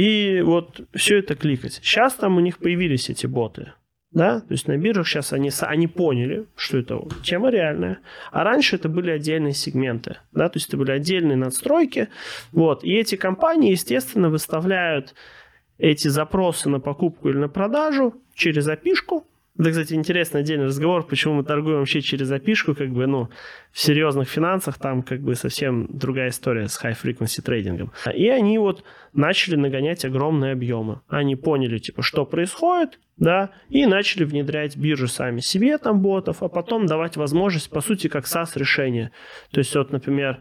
B: и вот все это кликать. Сейчас там у них появились эти боты, да, то есть на биржах сейчас они поняли, что это тема реальная, а раньше это были отдельные сегменты, да, то есть это были отдельные надстройки, вот, и эти компании, естественно, выставляют эти запросы на покупку или на продажу через API-шку. Это, кстати, интересный отдельный разговор, почему мы торгуем вообще через API-шку, как бы, ну, в серьезных финансах там как бы совсем другая история с high-frequency трейдингом. И они вот начали нагонять огромные объемы. Они поняли, типа, что происходит, да, и начали внедрять биржи сами себе, там, ботов, а потом давать возможность, по сути, как SaaS-решение. То есть, вот, например,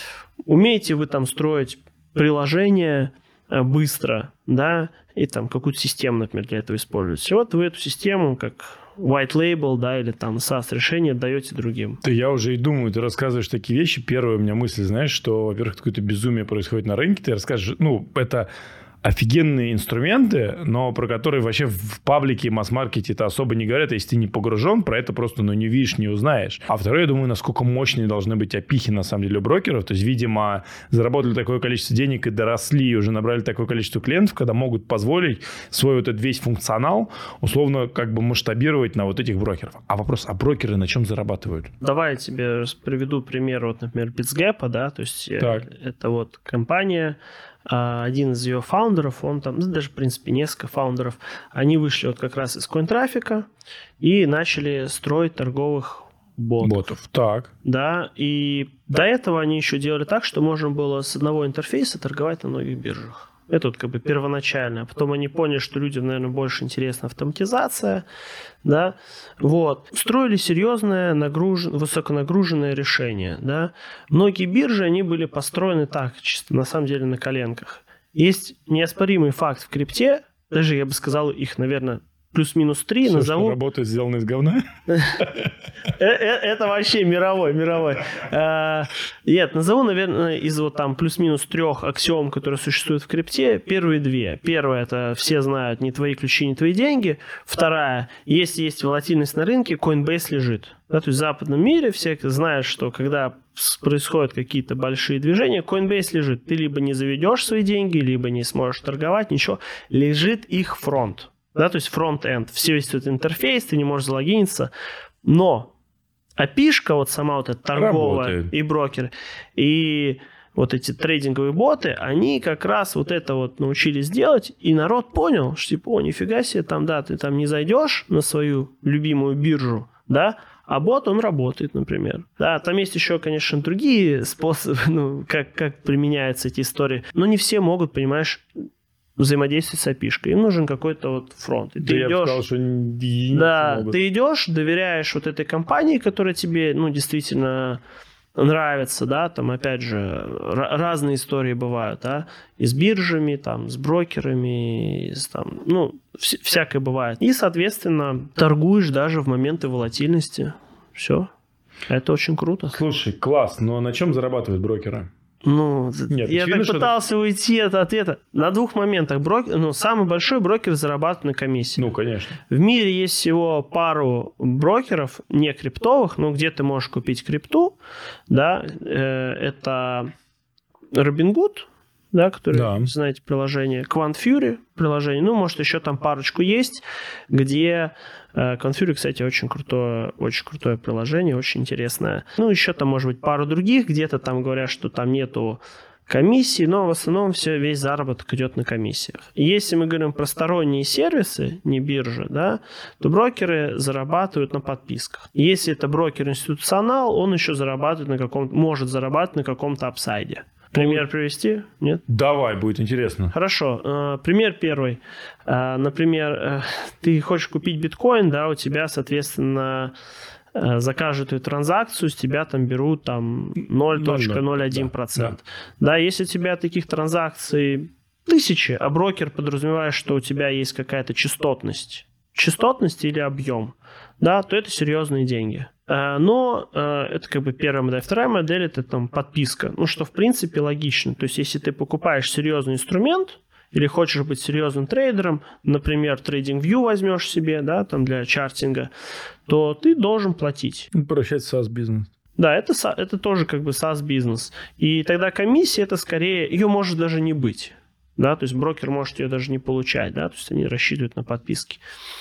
B: умеете вы там строить приложение быстро, да, и там какую-то систему, например, для этого используете. Вот вы эту систему как white label, да, или там SaaS-решение даете другим.
A: Я уже и думаю, ты рассказываешь такие вещи. Первая у меня мысль, знаешь, что, во-первых, какое-то безумие происходит на рынке. Ты расскажешь, ну, это офигенные инструменты, но про которые вообще в паблике и масс-маркете это особо не говорят. Если ты не погружен, про это просто не видишь, не узнаешь. А второе, я думаю, насколько мощные должны быть опихи, на самом деле, у брокеров. То есть, видимо, заработали такое количество денег и доросли, и уже набрали такое количество клиентов, когда могут позволить свой вот этот весь функционал условно как бы масштабировать на вот этих брокеров. А вопрос, а брокеры на чем зарабатывают?
B: Давай я тебе приведу пример, вот, например, BizGap, да, то есть это вот компания, один из ее фаундеров, он там, даже, в принципе, несколько фаундеров, они вышли вот как раз из CoinTraffic и начали строить торговых ботов.
A: Так.
B: Да, и до этого они еще делали так, что можно было с одного интерфейса торговать на многих биржах. Это вот как бы первоначально. Потом они поняли, что людям, наверное, больше интересна автоматизация, да, вот. Строили серьезное, высоконагруженное решение, да. Многие биржи, они были построены так, чисто на самом деле на коленках. Есть неоспоримый факт в крипте, даже я бы сказал их, наверное, плюс-минус 3.
A: Все,
B: назову...
A: что работает, сделано из говна?
B: Это вообще мировой. Нет, назову, наверное, из вот там плюс-минус 3 аксиом, которые существуют в крипте, первые 2. Первая, это все знают, не твои ключи, не твои деньги. Вторая, если есть волатильность на рынке, Coinbase лежит. Да, то есть в западном мире все знают, что когда происходят какие-то большие движения, Coinbase лежит. Ты либо не заведешь свои деньги, либо не сможешь торговать, ничего. Лежит их фронт. Да, то есть фронт-энд, все весь этот интерфейс, ты не можешь залогиниться, но API-шка вот сама вот эта торговая работает. И брокеры, и вот эти трейдинговые боты, они как раз вот это вот научились делать, и народ понял, что типа, о, нифига себе, там, да, ты там не зайдешь на свою любимую биржу, да, а бот, он работает, например. Да, там есть еще, конечно, другие способы, ну, как применяются эти истории, но не все могут, понимаешь, взаимодействовать с API-шкой. Им нужен какой-то вот фронт. И ты идешь, я бы сказал, что ты идешь, доверяешь вот этой компании, которая тебе, ну, действительно нравится, да, там, опять же, разные истории бывают, да, и с биржами, там, с брокерами, и с, там, ну, всякое бывает. И, соответственно, торгуешь даже в моменты волатильности. Все. Это очень круто.
A: Слушай, класс, но на чем зарабатывают брокеры?
B: Ну, нет, я так пытался уйти от ответа. На 2 моментах. Самый большой брокер зарабатывает на комиссии.
A: Ну, конечно.
B: В мире есть всего пару брокеров, не криптовых, но где ты можешь купить крипту. Да, это Robinhood, да, который, знаете, приложение. QuantFury приложение. Ну, может, еще там парочку есть, где... QuantFury, кстати, очень крутое приложение, очень интересное. Ну, еще там, может быть, пару других. Где-то там говорят, что там нету комиссии, но в основном весь заработок идет на комиссиях. И если мы говорим про сторонние сервисы, не биржи, да, то брокеры зарабатывают на подписках. И если это брокер-институционал, он еще может зарабатывать на каком-то апсайде. Пример привести? Нет?
A: Давай, будет интересно.
B: Хорошо. Пример первый. Например, ты хочешь купить биткоин, да, у тебя, соответственно, за каждую твою транзакцию с тебя там берут там 0,01%. Да, если у тебя таких транзакций тысячи, а брокер подразумевает, что у тебя есть какая-то частотность или объем, да, то это серьезные деньги. Но это как бы первая модель. Вторая модель – это там подписка. Ну, что в принципе логично. То есть, если ты покупаешь серьезный инструмент или хочешь быть серьезным трейдером, например, TradingView возьмешь себе, да, там для чартинга, то ты должен платить.
A: Прощать SaaS-бизнес.
B: Да, это тоже как бы SaaS-бизнес. И тогда комиссия – это скорее… Ее может даже не быть. Да, то есть брокер может ее даже не получать, да, то есть они рассчитывают на подписки.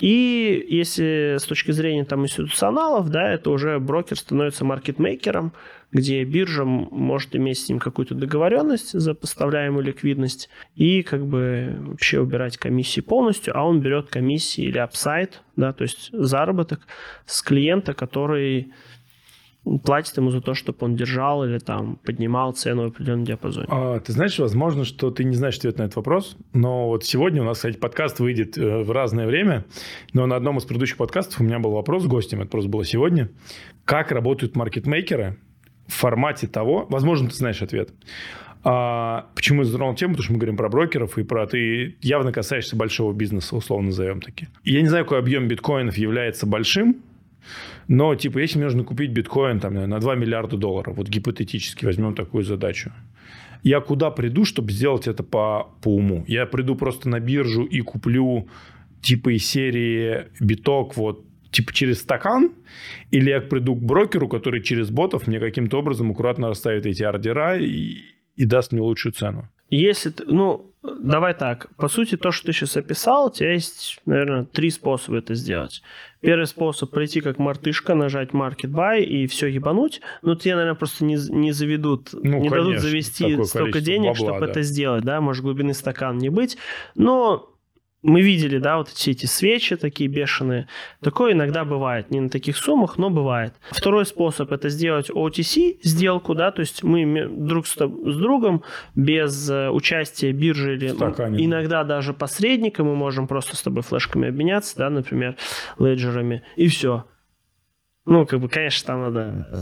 B: И если с точки зрения там институционалов, да, это уже брокер становится маркетмейкером, где биржа может иметь с ним какую-то договоренность за поставляемую ликвидность и как бы вообще убирать комиссии полностью, а он берет комиссии или апсайд, да, то есть заработок с клиента, который платит ему за то, чтобы он держал или там поднимал цену в определенном диапазоне.
A: Ты знаешь, возможно, что ты не знаешь ответ на этот вопрос, но вот сегодня у нас, кстати, подкаст выйдет в разное время, но на одном из предыдущих подкастов у меня был вопрос с гостем, это просто было сегодня, как работают маркетмейкеры в формате того, возможно, ты знаешь ответ. Почему я затронул тему? Потому что мы говорим про брокеров и про ты явно касаешься большого бизнеса, условно назовем таки. Я не знаю, какой объем биткоинов является большим, но, типа, если мне нужно купить биткоин там, на $2 миллиарда, вот гипотетически возьмем такую задачу, я куда приду, чтобы сделать это по уму? Я приду просто на биржу и куплю, типа, из серии биток, вот, типа, через стакан? Или я приду к брокеру, который через ботов мне каким-то образом аккуратно расставит эти ордера и даст мне лучшую цену?
B: Если ты, давай так. По сути, то, что ты сейчас описал, у тебя есть, наверное, 3 способа это сделать. Первый способ – прийти как мартышка, нажать Market Buy и все ебануть. Но тебе, наверное, просто не заведут, не дадут завести столько денег, бабла, чтобы это сделать. Да? Может, глубины стакан не быть. Но мы видели, да, вот все эти свечи такие бешеные. Такое иногда бывает. Не на таких суммах, но бывает. Второй способ – это сделать OTC сделку, да, то есть мы друг с другом без участия биржи или иногда даже посредника мы можем просто с тобой флешками обменяться, да, например, леджерами, и все. Как бы, конечно, там надо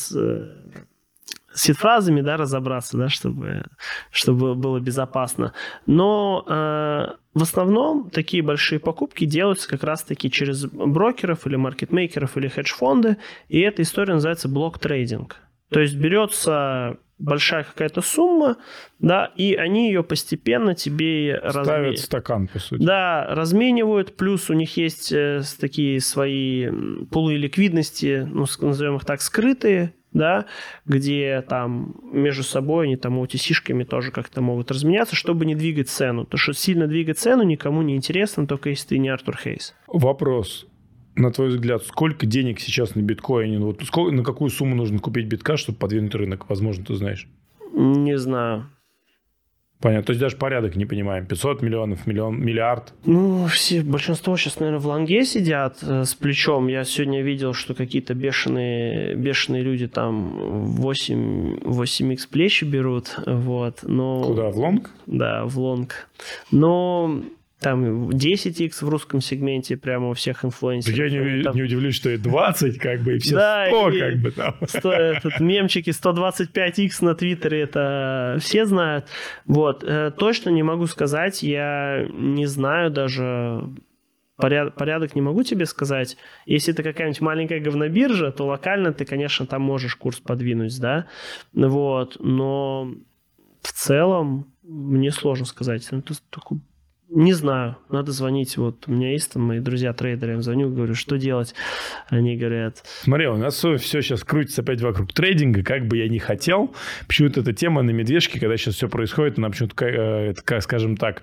B: с фразами, да, разобраться, да, чтобы было безопасно. Но в основном такие большие покупки делаются как раз-таки через брокеров или маркетмейкеров или хедж-фонды, и эта история называется блок-трейдинг. То есть берется большая какая-то сумма, да, и они ее постепенно тебе
A: ставят в стакан, по сути.
B: Да, разменивают, плюс у них есть такие свои пулы ликвидности, назовем их так, скрытые, да, где там между собой они там OTC-шками тоже как-то могут разменяться, чтобы не двигать цену. Потому что сильно двигать цену никому не интересно, только если ты не Артур Хейс.
A: Вопрос. На твой взгляд, сколько денег сейчас на биткоине? Вот на какую сумму нужно купить битка, чтобы подвинуть рынок? Возможно, ты знаешь.
B: Не знаю.
A: Понятно. То есть даже порядок не понимаем. 500 миллионов, миллиард.
B: Большинство сейчас, наверное, в лонге сидят с плечом. Я сегодня видел, что какие-то бешеные люди там 8x плечи берут. Вот. Но...
A: Куда, в лонг?
B: Да, в лонг. Но... Там 10x в русском сегменте прямо у всех инфлюенсеров.
A: Я не удивлюсь, что и 20, как бы, и все 100, как бы там.
B: Мемчики 125x на Твиттере, это все знают. Вот. Точно не могу сказать, я не знаю даже... Порядок не могу тебе сказать. Если это какая-нибудь маленькая говнобиржа, то локально ты, конечно, там можешь курс подвинуть, да. Вот. Но в целом мне сложно сказать. Не знаю, надо звонить. Вот у меня есть там мои друзья-трейдеры, я им звоню, говорю, что делать? Они говорят...
A: Смотри, у нас все сейчас крутится опять вокруг трейдинга, как бы я ни хотел. Почему-то эта тема на медвежке, когда сейчас все происходит, она почему-то, скажем так,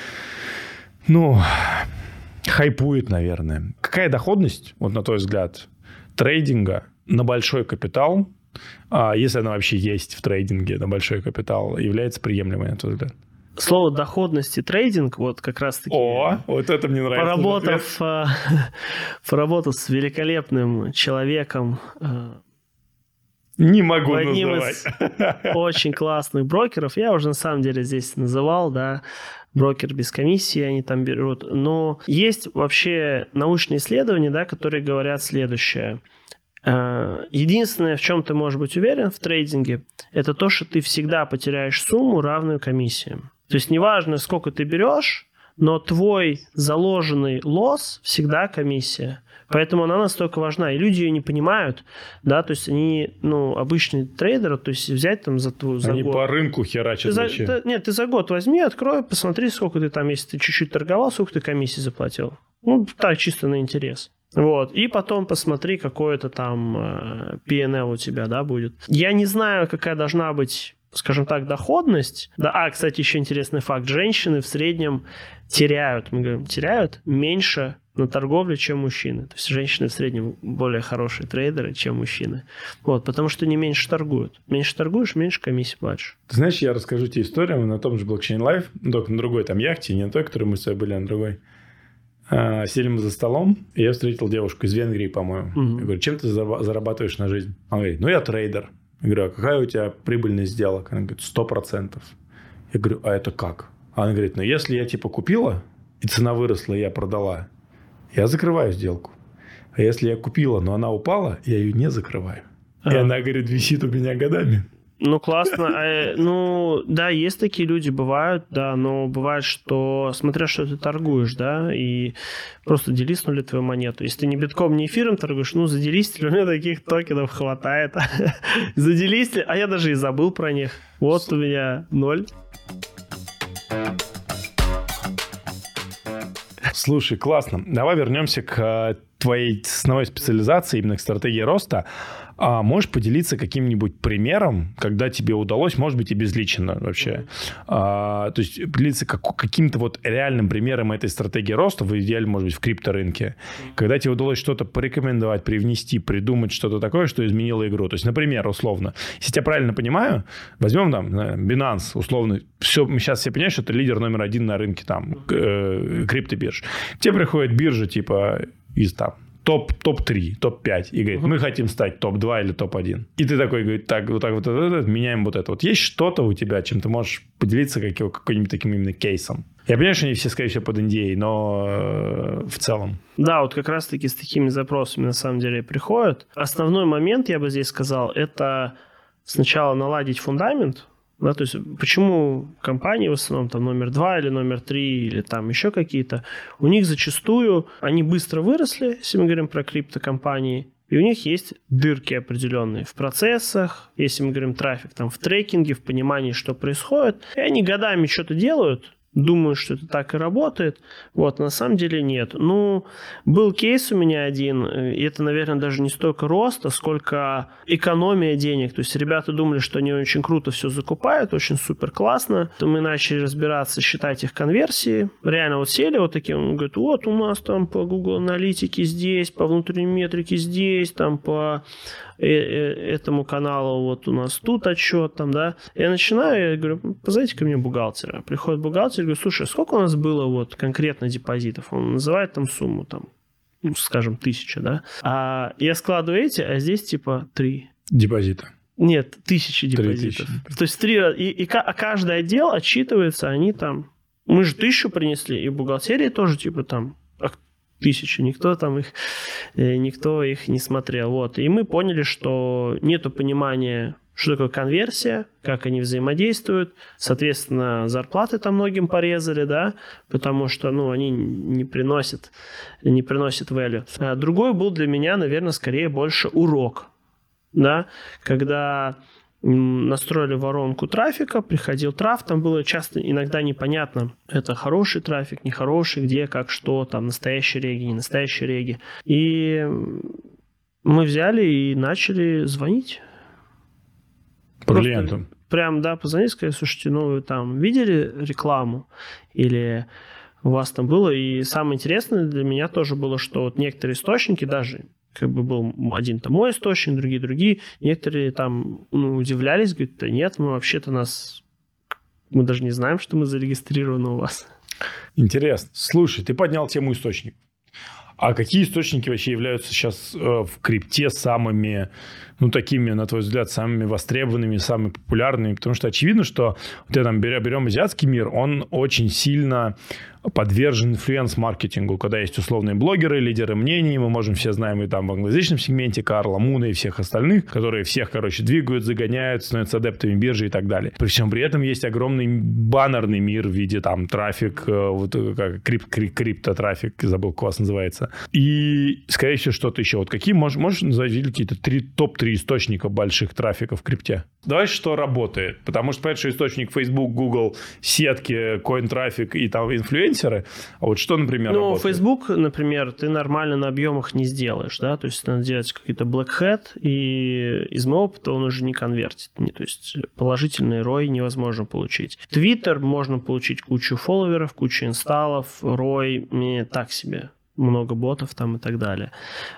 A: хайпует, наверное. Какая доходность, вот на твой взгляд, трейдинга на большой капитал, если она вообще есть в трейдинге на большой капитал, является приемлемой, на твой взгляд?
B: Слово доходность и трейдинг, вот как раз-таки...
A: вот это мне нравится.
B: Поработав с великолепным человеком...
A: Не могу называть.
B: Одним из очень классных брокеров. Я уже на самом деле здесь называл, да, брокер без комиссии, они там берут. Но есть вообще научные исследования, да, которые говорят следующее. Единственное, в чем ты можешь быть уверен в трейдинге, это то, что ты всегда потеряешь сумму, равную комиссиям. То есть неважно, сколько ты берешь, но твой заложенный лосс всегда комиссия. Поэтому она настолько важна. И люди ее не понимают, да, то есть они, обычные трейдеры, то есть взять там за год.
A: Они по рынку херачат вообще.
B: Нет, ты за год возьми, открой, посмотри, сколько ты там, если ты чуть-чуть торговал, сколько ты комиссии заплатил. Так, чисто на интерес. Вот. И потом посмотри, какой-то там P&L у тебя, да, будет. Я не знаю, какая должна быть, скажем так, доходность. Да, кстати, еще интересный факт. Женщины в среднем теряют меньше на торговле, чем мужчины. То есть женщины в среднем более хорошие трейдеры, чем мужчины. Вот, потому что они меньше торгуют. Меньше торгуешь, меньше комиссии платишь.
A: Ты знаешь, я расскажу тебе историю. Мы на том же Blockchain Live, только на другой там яхте, не на той, которой мы с тобой были, а на другой. Сели мы за столом, и я встретил девушку из Венгрии, по-моему. Я говорю, чем ты зарабатываешь на жизнь? Она говорит, я трейдер. Я говорю, а какая у тебя прибыльность сделок? Она говорит, 100%. Я говорю, а это как? Она говорит, если я купила, и цена выросла, и я продала, я закрываю сделку. А если я купила, но она упала, я ее не закрываю. И она, говорит, висит у меня годами.
B: Классно. Да, есть такие люди, бывают, да, но бывает, что, смотря что ты торгуешь, да, и просто делистнули твою монету. Если ты не битком, не эфиром торгуешь, заделистили, у меня таких токенов хватает. Заделистили, а я даже и забыл про них. Вот у меня 0.
A: Слушай, классно. Давай вернемся к твоей основной специализации, именно к стратегии роста. Можешь поделиться каким-нибудь примером, когда тебе удалось, может быть, и безлично вообще, то есть поделиться каким-то реальным примером этой стратегии роста, в идеале, может быть, в крипторынке, когда тебе удалось что-то порекомендовать, привнести, придумать что-то такое, что изменило игру. То есть, например, условно, если я правильно понимаю, возьмем там Binance, условно, сейчас все понимают, что это лидер номер 1 на рынке там криптобирж. К тебе приходит биржа из топ-3, топ-5 и говорит, мы хотим стать топ-2 или топ-1. И ты такой, говорит, так, меняем вот это. Есть что-то у тебя, чем ты можешь поделиться каким-нибудь таким именно кейсом? Я понимаю, что они все, скорее всего, под NDA, но в целом.
B: Да, как раз-таки с такими запросами на самом деле приходят. Основной момент, я бы здесь сказал, это сначала наладить фундамент. Да, то есть, почему компании в основном там номер 2 или номер 3 или там еще какие-то, у них зачастую они быстро выросли, если мы говорим про криптокомпании, и у них есть дырки определенные в процессах, если мы говорим трафик, там в трекинге, в понимании, что происходит, и они годами что-то делают, думаю, что это так и работает. На самом деле нет. Был кейс у меня один, и это, наверное, даже не столько роста, сколько экономия денег. То есть ребята думали, что они очень круто все закупают, очень супер классно. Мы начали разбираться, считать их конверсии. Реально сели такие, он говорит, у нас там по Google аналитике здесь, по внутренней метрике здесь, там по этому каналу у нас тут отчет, там, да. Я начинаю, я говорю, позовите ко мне бухгалтера. Приходит бухгалтер, говорю, слушай, сколько у нас было конкретно депозитов? Он называет там сумму, там, скажем, 1000, да. А я складываю эти, а здесь 3.
A: Депозита.
B: Нет, 1000 депозитов.
A: 3000.
B: То есть 3, и каждый отдел отчитывается, они там, мы же 1000 принесли, и бухгалтерии тоже 1000, никто их не смотрел. И мы поняли, что нету понимания, что такое конверсия, как они взаимодействуют. Соответственно, зарплаты там многим порезали, да, потому что, они не приносят value. А другой был для меня, наверное, скорее больше урок, да, когда настроили воронку трафика, приходил траф, там было часто, иногда непонятно, это хороший трафик, нехороший, где, как, что, там, настоящие реги, не настоящие реги. И мы взяли и начали звонить.
A: Клиентам.
B: Прям, да, позвонить, сказать, слушайте, вы там видели рекламу? Или у вас там было? И самое интересное для меня тоже было, что некоторые источники даже, был один там мой источник, другие. Некоторые там удивлялись, говорят, да нет, вообще-то мы даже не знаем, что мы зарегистрированы у вас.
A: Интересно. Слушай, ты поднял тему источников. А какие источники вообще являются сейчас в крипте самыми, такими, на твой взгляд, самыми востребованными, самыми популярными? Потому что очевидно, что берем азиатский мир, он очень сильно подвержен инфлюенс-маркетингу, когда есть условные блогеры, лидеры мнений, мы можем все знаем и там в англоязычном сегменте Карла Муна и всех остальных, которые всех, двигают, загоняют, становятся адептами биржи и так далее. Причем при этом есть огромный баннерный мир в виде там трафик, криптотрафик, забыл, как у вас называется. И, скорее всего, что-то еще. Вот какие, можешь назвать какие-то топ-3 источника больших трафиков в крипте? Давай, что работает. Потому что, понятно, что источник Facebook, Google, сетки, CoinTraffic и там инфлюенсеры. А вот что, например, работает?
B: Facebook, например, ты нормально на объемах не сделаешь, да, то есть надо делать какой-то black hat, и из моего опыта он уже не конвертит. То есть положительный ROI невозможно получить. Twitter можно получить кучу фолловеров, кучу инсталлов, ROI так себе. Много ботов там и так далее.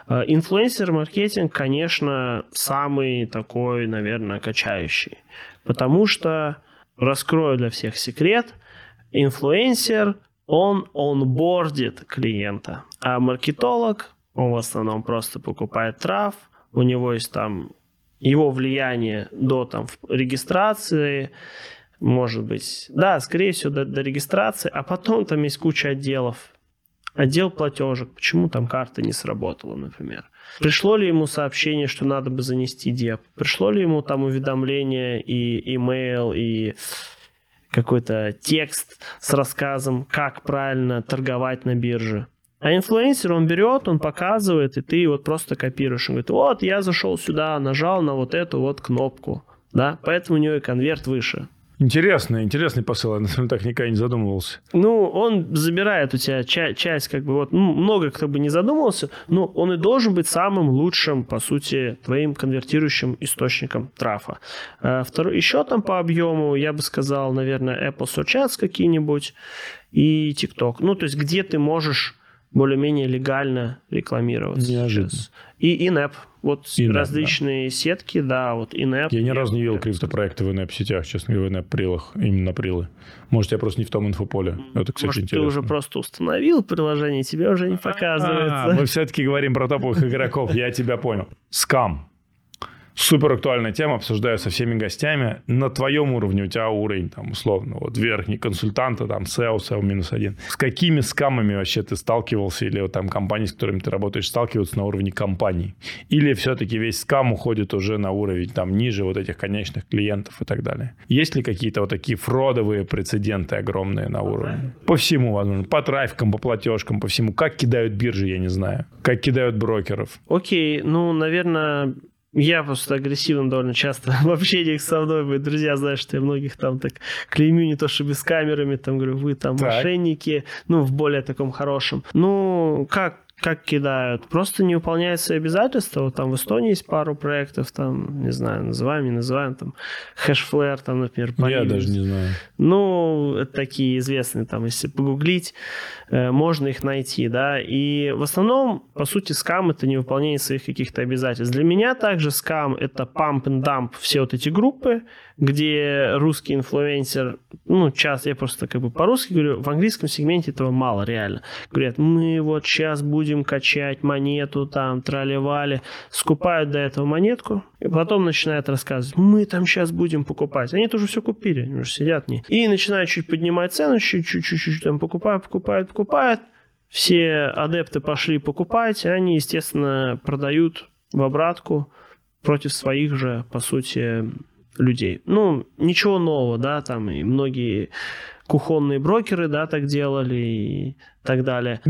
B: Инфлюенсер-маркетинг, конечно, самый такой, наверное, качающий. Потому что, раскрою для всех секрет, инфлюенсер, он онбордит клиента. А маркетолог, он в основном просто покупает трав, у него есть там его влияние до там регистрации, может быть, да, скорее всего, до регистрации, а потом там есть куча отделов. Отдел платежек, почему там карта не сработала, например. Пришло ли ему сообщение, что надо бы занести деп? Пришло ли ему там уведомление и имейл, и какой-то текст с рассказом, как правильно торговать на бирже? А инфлюенсер, он берет, он показывает, и ты вот просто копируешь. Он говорит, вот я зашел сюда, нажал на вот эту вот кнопку, да, поэтому у него и конверт выше.
A: Интересный посыл, я на самом деле так никогда не задумывался.
B: Он забирает у тебя часть, много кто бы не задумывался, но он и должен быть самым лучшим, по сути, твоим конвертирующим источником трафа. Еще там по объему, я бы сказал, наверное, Apple Search Ads какие-нибудь и TikTok. То есть, где ты можешь более-менее легально рекламироваться.
A: Неожиданно.
B: Сейчас. И in-app. Вот in-app, различные сетки, да, вот in-app.
A: Я ни разу не видел криптопроекты в in-app сетях, честно говоря, в in-app прилах, именно прилы. Может, я просто не в том инфополе. Это, кстати,
B: может,
A: интересно.
B: Ты уже просто установил приложение, тебе уже не показывается.
A: Мы все-таки говорим про топовых игроков, я тебя понял. Скам. Супер актуальная тема, обсуждаю со всеми гостями. На твоем уровне, у тебя уровень, там, условно, вот верхний консультанта, там, SEO, SEO-1. С какими скамами вообще ты сталкивался, или вот там компании, с которыми ты работаешь, сталкиваются на уровне компаний? Или все-таки весь скам уходит уже на уровень там ниже вот этих конечных клиентов и так далее? Есть ли какие-то вот такие фродовые прецеденты огромные на уровне? По всему, возможно. По трафикам, по платежкам, по всему. Как кидают биржи, я не знаю. Как кидают брокеров.
B: Окей, наверное... Я просто агрессивен довольно часто в общениях со мной. Мои друзья знают, что я многих там так клеймю, не то чтобы с камерами, там говорю, вы там мошенники, в более таком хорошем. Как кидают? Просто не выполняют свои обязательства. Вот там в Эстонии есть пару проектов, там, не знаю, называем, не называем, там, Hashflare, там, например,
A: Я даже не знаю.
B: Это такие известные, там, если погуглить, можно их найти, да. И в основном, по сути, скам — это невыполнение своих каких-то обязательств. Для меня также скам — это pump and dump, все вот эти группы, где русский инфлюенсер, часто я просто по-русски говорю, в английском сегменте этого мало реально. Говорят, мы вот сейчас будем качать монету, там, трали-вали, скупают до этого монетку, и потом начинают рассказывать, мы там сейчас будем покупать. Они тоже все купили, они уже сидят не. И начинают чуть поднимать цену, чуть-чуть там покупают. Все адепты пошли покупать, и они, естественно, продают в обратку против своих же, по сути, людей. Ничего нового, да, там и многие кухонные брокеры, да, так делали и так далее.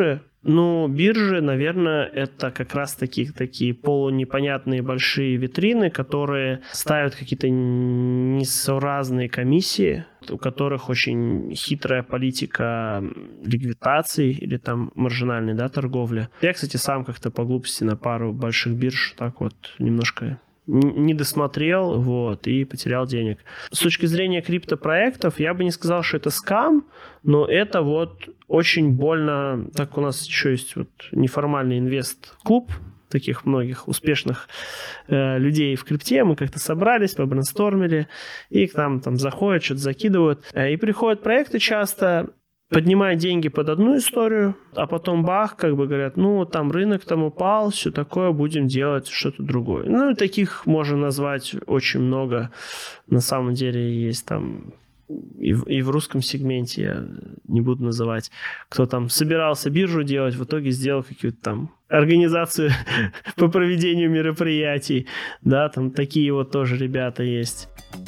B: Биржи, наверное, это как раз такие полунепонятные большие витрины, которые ставят какие-то несоразные комиссии, у которых очень хитрая политика ликвидации или там маржинальной, да, торговли. Я, кстати, сам как-то по глупости на пару больших бирж так вот немножко не досмотрел, и потерял денег. С точки зрения криптопроектов, я бы не сказал, что это скам, но это очень больно. Так у нас еще есть неформальный инвест-клуб таких многих успешных людей в крипте. Мы как-то собрались, побрейнстормили, и к нам там заходят, что-то закидывают. И приходят проекты часто, поднимают деньги под одну историю, а потом бах, говорят, там рынок там упал, все такое, будем делать что-то другое. И таких можно назвать очень много. На самом деле есть там и в русском сегменте, я не буду называть, кто там собирался биржу делать, в итоге сделал какую-то там организацию по проведению мероприятий. Да, там такие вот тоже ребята есть.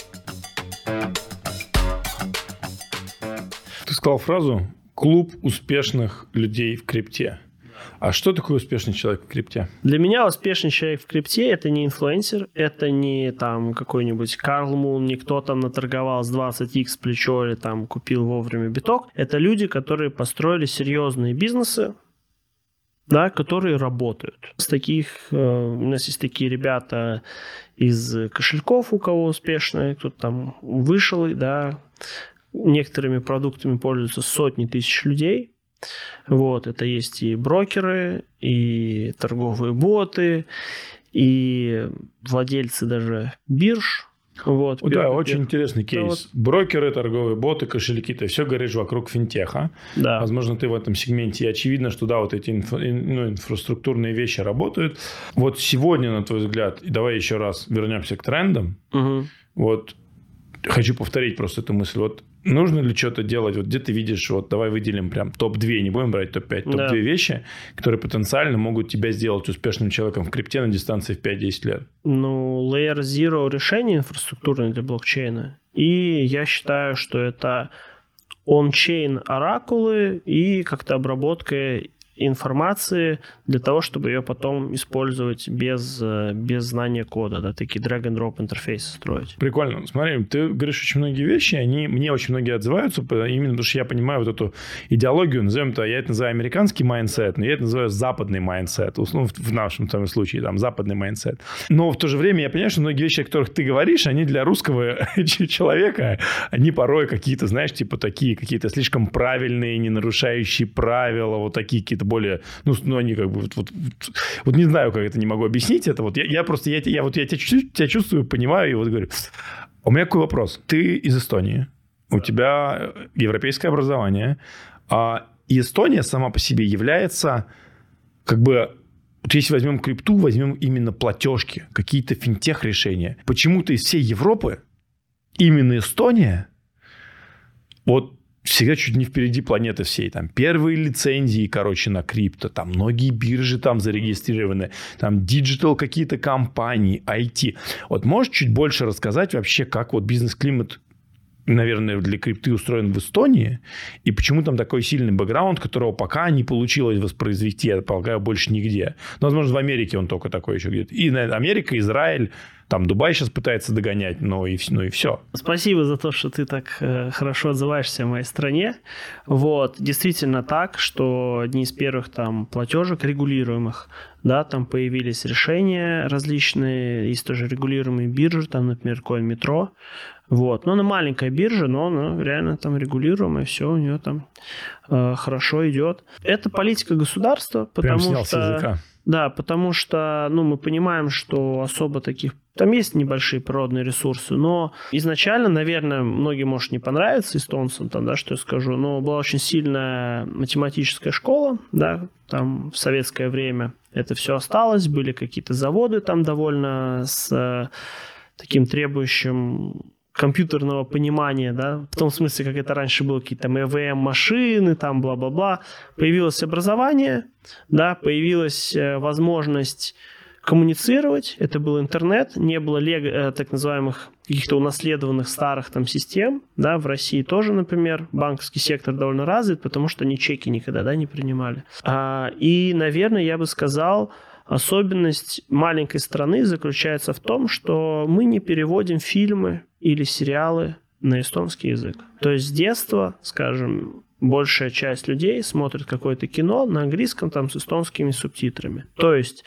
A: Ты сказал фразу «клуб успешных людей в крипте». А что такое успешный человек в крипте?
B: Для меня успешный человек в крипте – это не инфлюенсер, это не там какой-нибудь Карл Мун, не кто там наторговал с 20x плечо или там купил вовремя биток. Это люди, которые построили серьезные бизнесы, да, которые работают. У нас есть такие ребята из кошельков, у кого успешно, кто-то там вышел, да, некоторыми продуктами пользуются сотни тысяч людей. Вот, это есть и брокеры, и торговые боты, и владельцы даже бирж. Вот,
A: да, очень интересный кейс. Вот. Брокеры, торговые боты, кошельки, ты все говоришь вокруг финтеха.
B: Да.
A: Возможно, ты в этом сегменте. И очевидно, что да, вот эти инфраструктурные вещи работают. Вот сегодня, на твой взгляд, и давай еще раз вернемся к трендам.
B: Угу.
A: Вот хочу повторить просто эту мысль. Вот нужно ли что-то делать? Вот где ты видишь, вот давай выделим прям топ-2, не будем брать топ-5, топ-2 вещи, которые потенциально могут тебя сделать успешным человеком в крипте на дистанции в 5-10 лет.
B: Ну, Layer Zero решение инфраструктурное для блокчейна. И я считаю, что это он-чейн оракулы и как-то обработка информации для того, чтобы ее потом использовать без знания кода, да, такие drag-and-drop интерфейсы строить.
A: Прикольно. Смотри, ты говоришь очень многие вещи, мне очень многие отзываются, именно потому что я понимаю вот эту идеологию, назовем это, я это называю американский майндсет, но я это называю западный майндсет, ну, в нашем там случае, там, западный майндсет. Но в то же время я понимаю, что многие вещи, о которых ты говоришь, они для русского человека, они порой какие-то, знаешь, типа такие, какие-то слишком правильные, не нарушающие правила, вот такие какие-то более, ну они как бы вот не знаю, как это, не могу объяснить это. Вот я тебя чувствую, понимаю, и вот говорю. У меня такой вопрос. Ты из Эстонии, у тебя европейское образование, и Эстония сама по себе является как бы, вот если возьмем крипту, возьмем именно платежки, какие-то финтех-решения. Почему-то из всей Европы именно Эстония вот всегда чуть не впереди планеты всей. Там первые лицензии, короче, на крипто. Там многие биржи там зарегистрированы. Там диджитал какие-то компании, IT. Вот можешь чуть больше рассказать вообще, как вот бизнес-климат, наверное, для крипты устроен в Эстонии? И почему там такой сильный бэкграунд, которого пока не получилось воспроизвести, я полагаю, больше нигде. Но, возможно, в Америке он только такой еще где-то. И Америка, Израиль, там Дубай сейчас пытается догонять, но и все.
B: Спасибо за то, что ты так хорошо отзываешься о моей стране. Вот, действительно так, что одни из первых там платежек регулируемых, да, там появились решения различные, есть тоже регулируемые биржи, там, например, CoinMetro. Вот, но она маленькая биржа, но она реально там регулируемая, все у нее там хорошо идет. Это политика государства, потому что... Да, потому что, мы понимаем, что особо таких... Там есть небольшие природные ресурсы, но изначально, наверное, многим может не понравиться эстонцам, там, да, что я скажу, но была очень сильная математическая школа, да, там в советское время это все осталось, были какие-то заводы там довольно с таким требующим компьютерного понимания, да, в том смысле, как это раньше было, какие-то там EVM-машины, там бла-бла-бла. Появилось образование, да, появилась возможность коммуницировать, это был интернет, не было так называемых каких-то унаследованных старых там систем, да, в России тоже, например, банковский сектор довольно развит, потому что они чеки никогда, да, не принимали. И, наверное, я бы сказал, особенность маленькой страны заключается в том, что мы не переводим фильмы или сериалы на эстонский язык. То есть с детства, скажем, большая часть людей смотрит какое-то кино на английском там с эстонскими субтитрами. То есть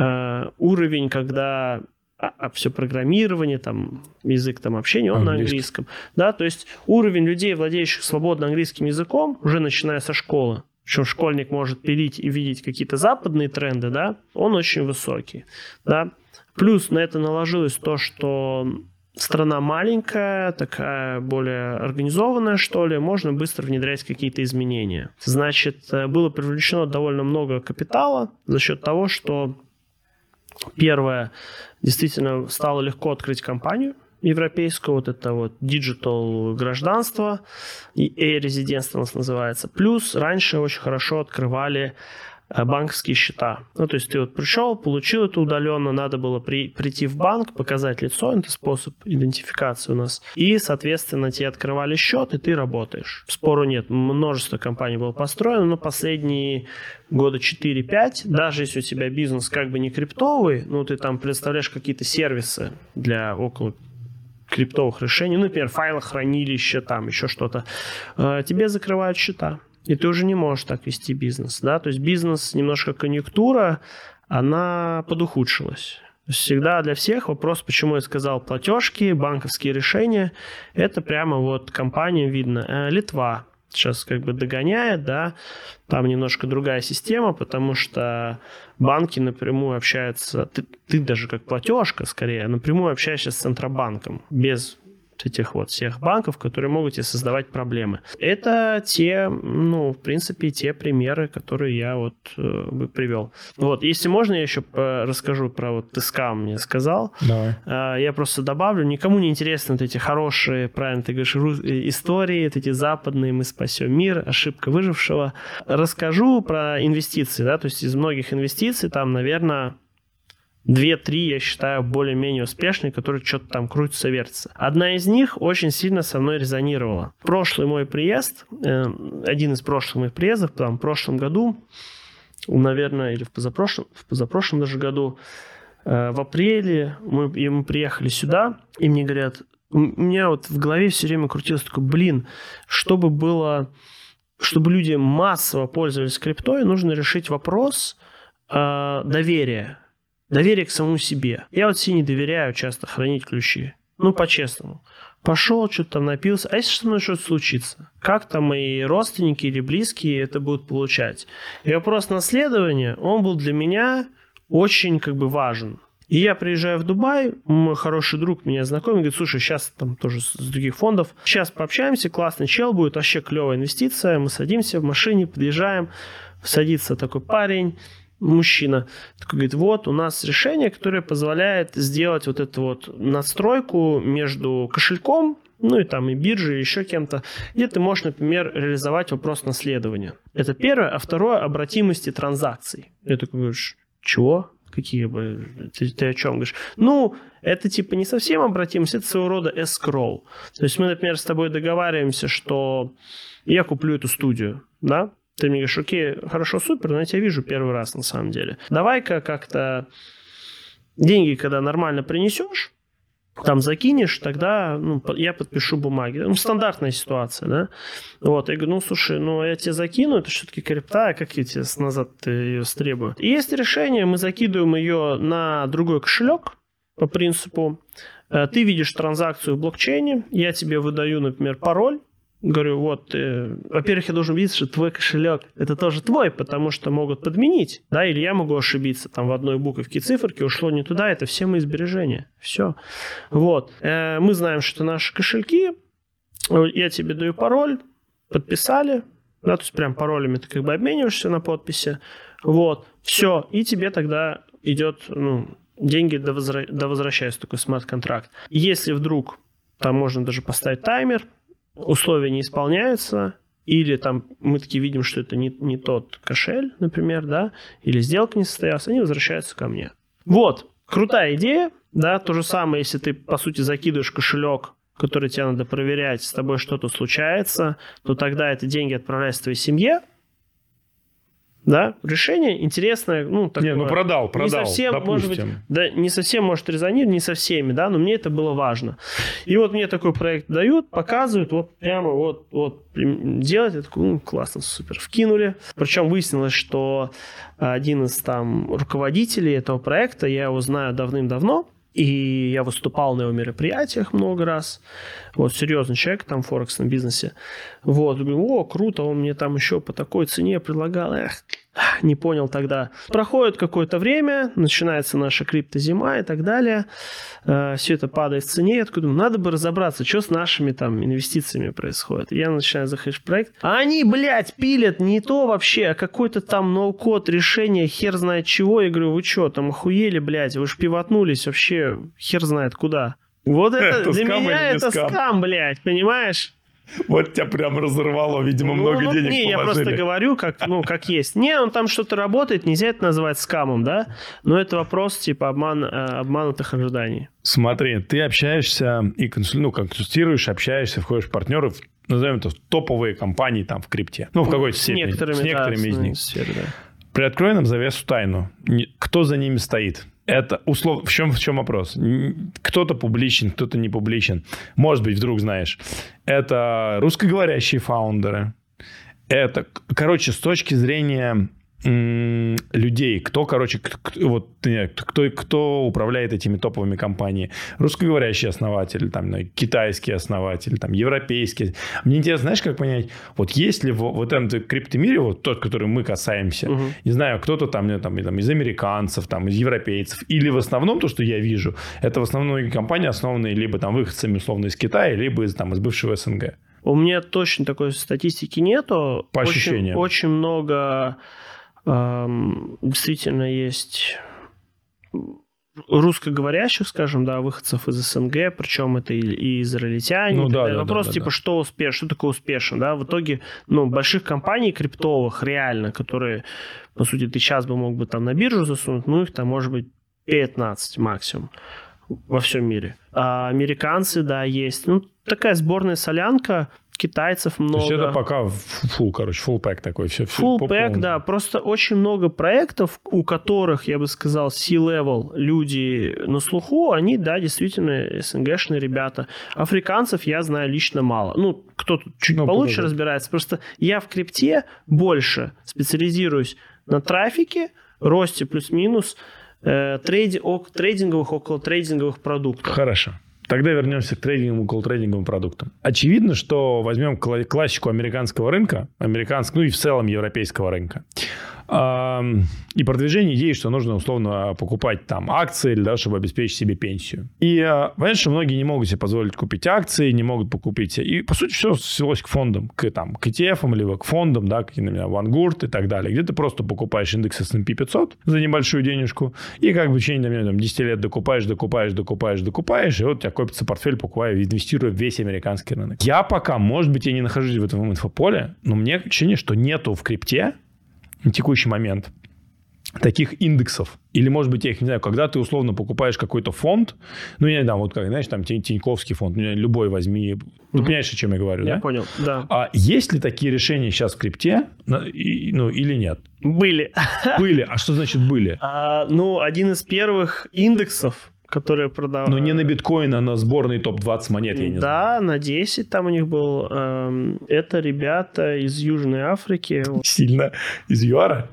B: уровень, когда все программирование, там, язык там, общения, он на английском. Да? То есть уровень людей, владеющих свободно английским языком, уже начиная со школы, причем школьник может пилить и видеть какие-то западные тренды, да, он очень высокий. Да. Плюс на это наложилось то, что страна маленькая, такая более организованная, что ли, можно быстро внедрять какие-то изменения. Значит, было привлечено довольно много капитала за счет того, что, первое, действительно стало легко открыть компанию, европейского, вот это вот диджитал гражданство, e-резидентство у нас называется. Плюс раньше очень хорошо открывали банковские счета. Ну, то есть ты вот пришел, получил это удаленно, надо было прийти в банк, показать лицо, это способ идентификации у нас. И, соответственно, тебе открывали счет, и ты работаешь. Спору нет, множество компаний было построено, но последние года 4-5, даже если у тебя бизнес как бы не криптовый, ну, ты там представляешь какие-то сервисы для около криптовых решений, ну, например, файлохранилище, там еще что-то, тебе закрывают счета. И ты уже не можешь так вести бизнес, да, то есть бизнес, немножко конъюнктура, она подухудшилась. Всегда для всех вопрос, почему я сказал платежки, банковские решения, это прямо вот компания видно. Литва сейчас как бы догоняет, да, там немножко другая система, потому что банки напрямую общаются, ты даже как платежка скорее, напрямую общаешься с Центробанком, без этих вот всех банков, которые могут тебе создавать проблемы. Это те, ну, в принципе, те примеры, которые я вот привел. Вот, если можно, я еще расскажу про вот ты скам мне сказал.
A: Давай.
B: Я просто добавлю, никому не интересны вот эти хорошие, правильно ты говоришь, истории, вот эти западные «Мы спасем мир», ошибка выжившего. Расскажу про инвестиции, да, то есть из многих инвестиций там, наверное, 2-3, я считаю, более-менее успешные, которые что-то там крутятся, вертятся. Одна из них очень сильно со мной резонировала. Прошлый мой приезд, один из прошлых моих приездов, там, в прошлом году, наверное, или в позапрошлом даже году, в апреле мы приехали сюда, и мне говорят, у меня вот в голове все время крутилось такое, чтобы люди массово пользовались криптой, нужно решить вопрос доверия. Доверие к самому себе. Я вот себе не доверяю часто хранить ключи. Ну, по-честному. Пошел, что-то там напился. А если со мной что-то случится? Как там мои родственники или близкие это будут получать? И вопрос наследования, он был для меня очень как бы важен. И я приезжаю в Дубай, мой хороший друг меня знакомит, говорит, слушай, сейчас там тоже с других фондов, сейчас пообщаемся, классный чел будет, вообще клевая инвестиция. Мы садимся в машине, подъезжаем, садится такой парень, мужчина, такой говорит, вот у нас решение, которое позволяет сделать вот эту вот надстройку между кошельком, ну и там и биржей, и еще кем-то, где ты можешь, например, реализовать вопрос наследования. Это первое. А второе, обратимости транзакций. Я такой говорю, чего? Какие бы? Ты о чем говоришь? Ну, это типа не совсем обратимость, это своего рода escrow. То есть мы, например, с тобой договариваемся, что я куплю эту студию, да? Ты мне говоришь, окей, хорошо, супер, но я тебя вижу первый раз на самом деле. Давай-ка как-то деньги, когда нормально принесешь, там закинешь, тогда я подпишу бумаги. Ну, стандартная ситуация, да? Вот, я говорю, слушай, я тебе закину, это все-таки крипта, как я тебе назад ее стребую? И есть решение, мы закидываем ее на другой кошелек по принципу, ты видишь транзакцию в блокчейне, я тебе выдаю, например, пароль, говорю, вот, во-первых, я должен видеть, что твой кошелек это тоже твой, потому что могут подменить, да, или я могу ошибиться, там в одной буковке циферки ушло не туда, это все мои сбережения, все. Вот, мы знаем, что это наши кошельки, я тебе даю пароль, подписали, да, то есть прям паролями ты как бы обмениваешься на подписи, вот, все, и тебе тогда идет, деньги возвращаются, такой смарт-контракт. Если вдруг, там можно даже поставить таймер, условия не исполняются, или там мы таки видим, что это не тот кошель, например, да, или сделка не состоялась, они возвращаются ко мне. Вот, крутая идея, да, то же самое, если ты, по сути, закидываешь кошелек, который тебе надо проверять, с тобой что-то случается, то тогда эти деньги отправляются твоей семье, да, решение интересное, такое.
A: Продал,
B: не совсем,
A: допустим.
B: Может быть, да, не совсем может резонировать, не со всеми, да, но мне это было важно. И вот мне такой проект дают, показывают, вот прямо вот делать, я такой, классно, супер, вкинули. Причем выяснилось, что один из там руководителей этого проекта, я его знаю давным-давно, и я выступал на его мероприятиях много раз. Вот, серьезный человек там в форексном бизнесе. Вот, говорю, круто, он мне там еще по такой цене предлагал. Не понял тогда. Проходит какое-то время, начинается наша криптозима и так далее. Все это падает в цене. Я такой думаю, надо бы разобраться, что с нашими там инвестициями происходит. Я начинаю заходить в проект. А они, пилят не то вообще, а какой-то там ноу-код решение, хер знает чего. Я говорю, вы что, там охуели, вы ж пивотнулись вообще, хер знает куда. Вот это для меня это скам, блядь, понимаешь?
A: Вот тебя прям разорвало, видимо, много денег положили.
B: Не, я просто говорю, как есть. Не, он там что-то работает, нельзя это называть скамом, да? Но это вопрос типа обманутых ожиданий.
A: Смотри, ты общаешься и консультируешь, общаешься, входишь в партнеров, назовем это, в топовые компании там в крипте. В какой-то степени. С некоторыми из них.
B: Сфере, да.
A: Приоткрой нам завесу тайну. Кто за ними стоит? Это условно... В чем вопрос? Кто-то публичен, кто-то не публичен. Может быть, вдруг знаешь. Это русскоговорящие фаундеры. Это, с точки зрения людей, кто управляет этими топовыми компаниями. Русскоговорящий основатель, китайский основатель, европейский. Мне интересно, знаешь, как понять, вот есть ли в этом криптомире, вот тот, который мы касаемся, не знаю, кто-то из американцев, из европейцев, или в основном то, что я вижу, это в основном компании, основанные либо выходцами условно из Китая, либо из бывшего СНГ.
B: У меня точно такой статистики нету.
A: По ощущениям.
B: Очень много действительно есть русскоговорящих, скажем, да, выходцев из СНГ, причем это и израильтяне. Вопрос что такое успешно, да? В итоге, больших компаний криптовых реально, которые, по сути, ты сейчас бы мог бы на биржу засунуть, их там может быть 15 максимум во всем мире. А американцы, да, есть. Такая сборная солянка. Китайцев много.
A: То есть это пока full pack такой. Все
B: full pack, да. Просто очень много проектов, у которых, я бы сказал, C-level люди на слуху, они, да, действительно СНГшные ребята. Африканцев я знаю лично мало. Кто тут чуть получше разбирается. Просто я в крипте больше специализируюсь на трафике, росте плюс-минус, трейдинговых, околотрейдинговых продуктов.
A: Хорошо. Тогда вернемся к трейдинговым, околотрейдинговым продуктам. Очевидно, что возьмем классику американского рынка, и в целом европейского рынка. И продвижение идеи, что нужно условно покупать акции, чтобы обеспечить себе пенсию. И понятно, что многие не могут себе позволить купить акции, не могут покупить. И по сути все свелось к фондам, к ETF, либо к фондам, да, как, например, Vanguard и так далее, где ты просто покупаешь индекс S&P 500 за небольшую денежку, и в течение, например, 10 лет докупаешь, и вот у тебя копится портфель, покупая, инвестируя в весь американский рынок. Я пока, может быть, я не нахожусь в этом инфополе, но мне ощущение, что нету в крипте на текущий момент таких индексов. Или, может быть, я их не знаю, когда ты условно покупаешь какой-то фонд, я не знаю, Тиньковский фонд, любой возьми. Ты понимаешь, о чем я говорю, да?
B: Я понял, да.
A: А есть ли такие решения сейчас в крипте, или нет?
B: Были.
A: Были. А что значит были?
B: Один из первых индексов, которые продавали...
A: Но не на биткоин, а на сборный топ-20 монет, я не знаю.
B: Да, на 10 там у них был. Это ребята из Южной Африки.
A: Сильно из ЮАРа?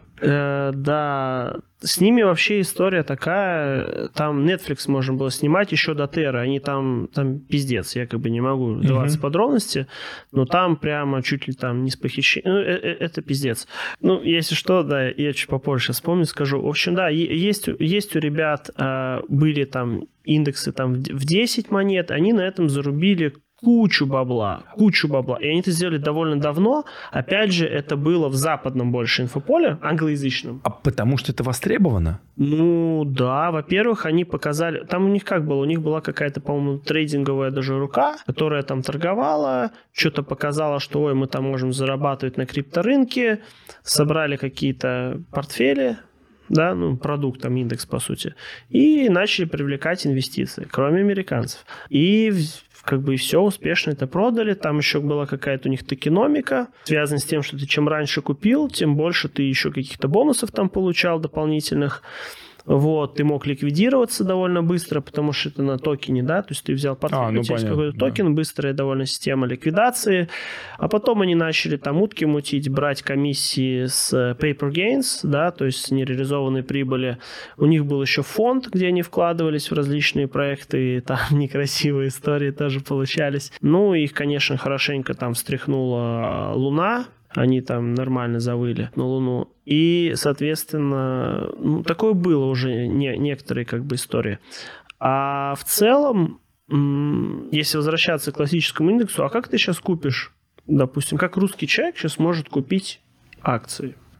B: Да, с ними вообще история такая, там Netflix можно было снимать еще до Терра, они там пиздец, я не могу вдаваться в подробности, но там прямо чуть ли не с похищением, это пиздец. Если что, да, я чуть попозже вспомню, скажу. В общем, да, есть у ребят были индексы в 10 монет, они на этом зарубили кучу бабла. И они это сделали довольно давно. Опять же, это было в западном больше инфополе, англоязычном.
A: А потому что это востребовано?
B: Да. Во-первых, они показали... Там у них как было? У них была какая-то, по-моему, трейдинговая даже рука, которая торговала, что-то показала, что мы можем зарабатывать на крипторынке, собрали какие-то портфели, да, продукт, индекс, по сути, и начали привлекать инвестиции, кроме американцев. И все успешно это продали. Там еще была какая-то у них токеномика, связанная с тем, что ты чем раньше купил, тем больше ты еще каких-то бонусов получал дополнительных. Ты мог ликвидироваться довольно быстро, потому что это на токене, да, то есть ты взял портфель, какой-то токен, быстрая довольно система ликвидации, а потом они начали утки мутить, брать комиссии с paper gains, да, то есть с нереализованной прибыли. У них был еще фонд, где они вкладывались в различные проекты, и там некрасивые истории тоже получались. Их, конечно, хорошенько встряхнула Луна, они нормально завыли на Луну. И, соответственно, такое было уже некоторые истории. А в целом, если возвращаться к классическому индексу, а как ты сейчас купишь, допустим, как русский человек сейчас может купить акции?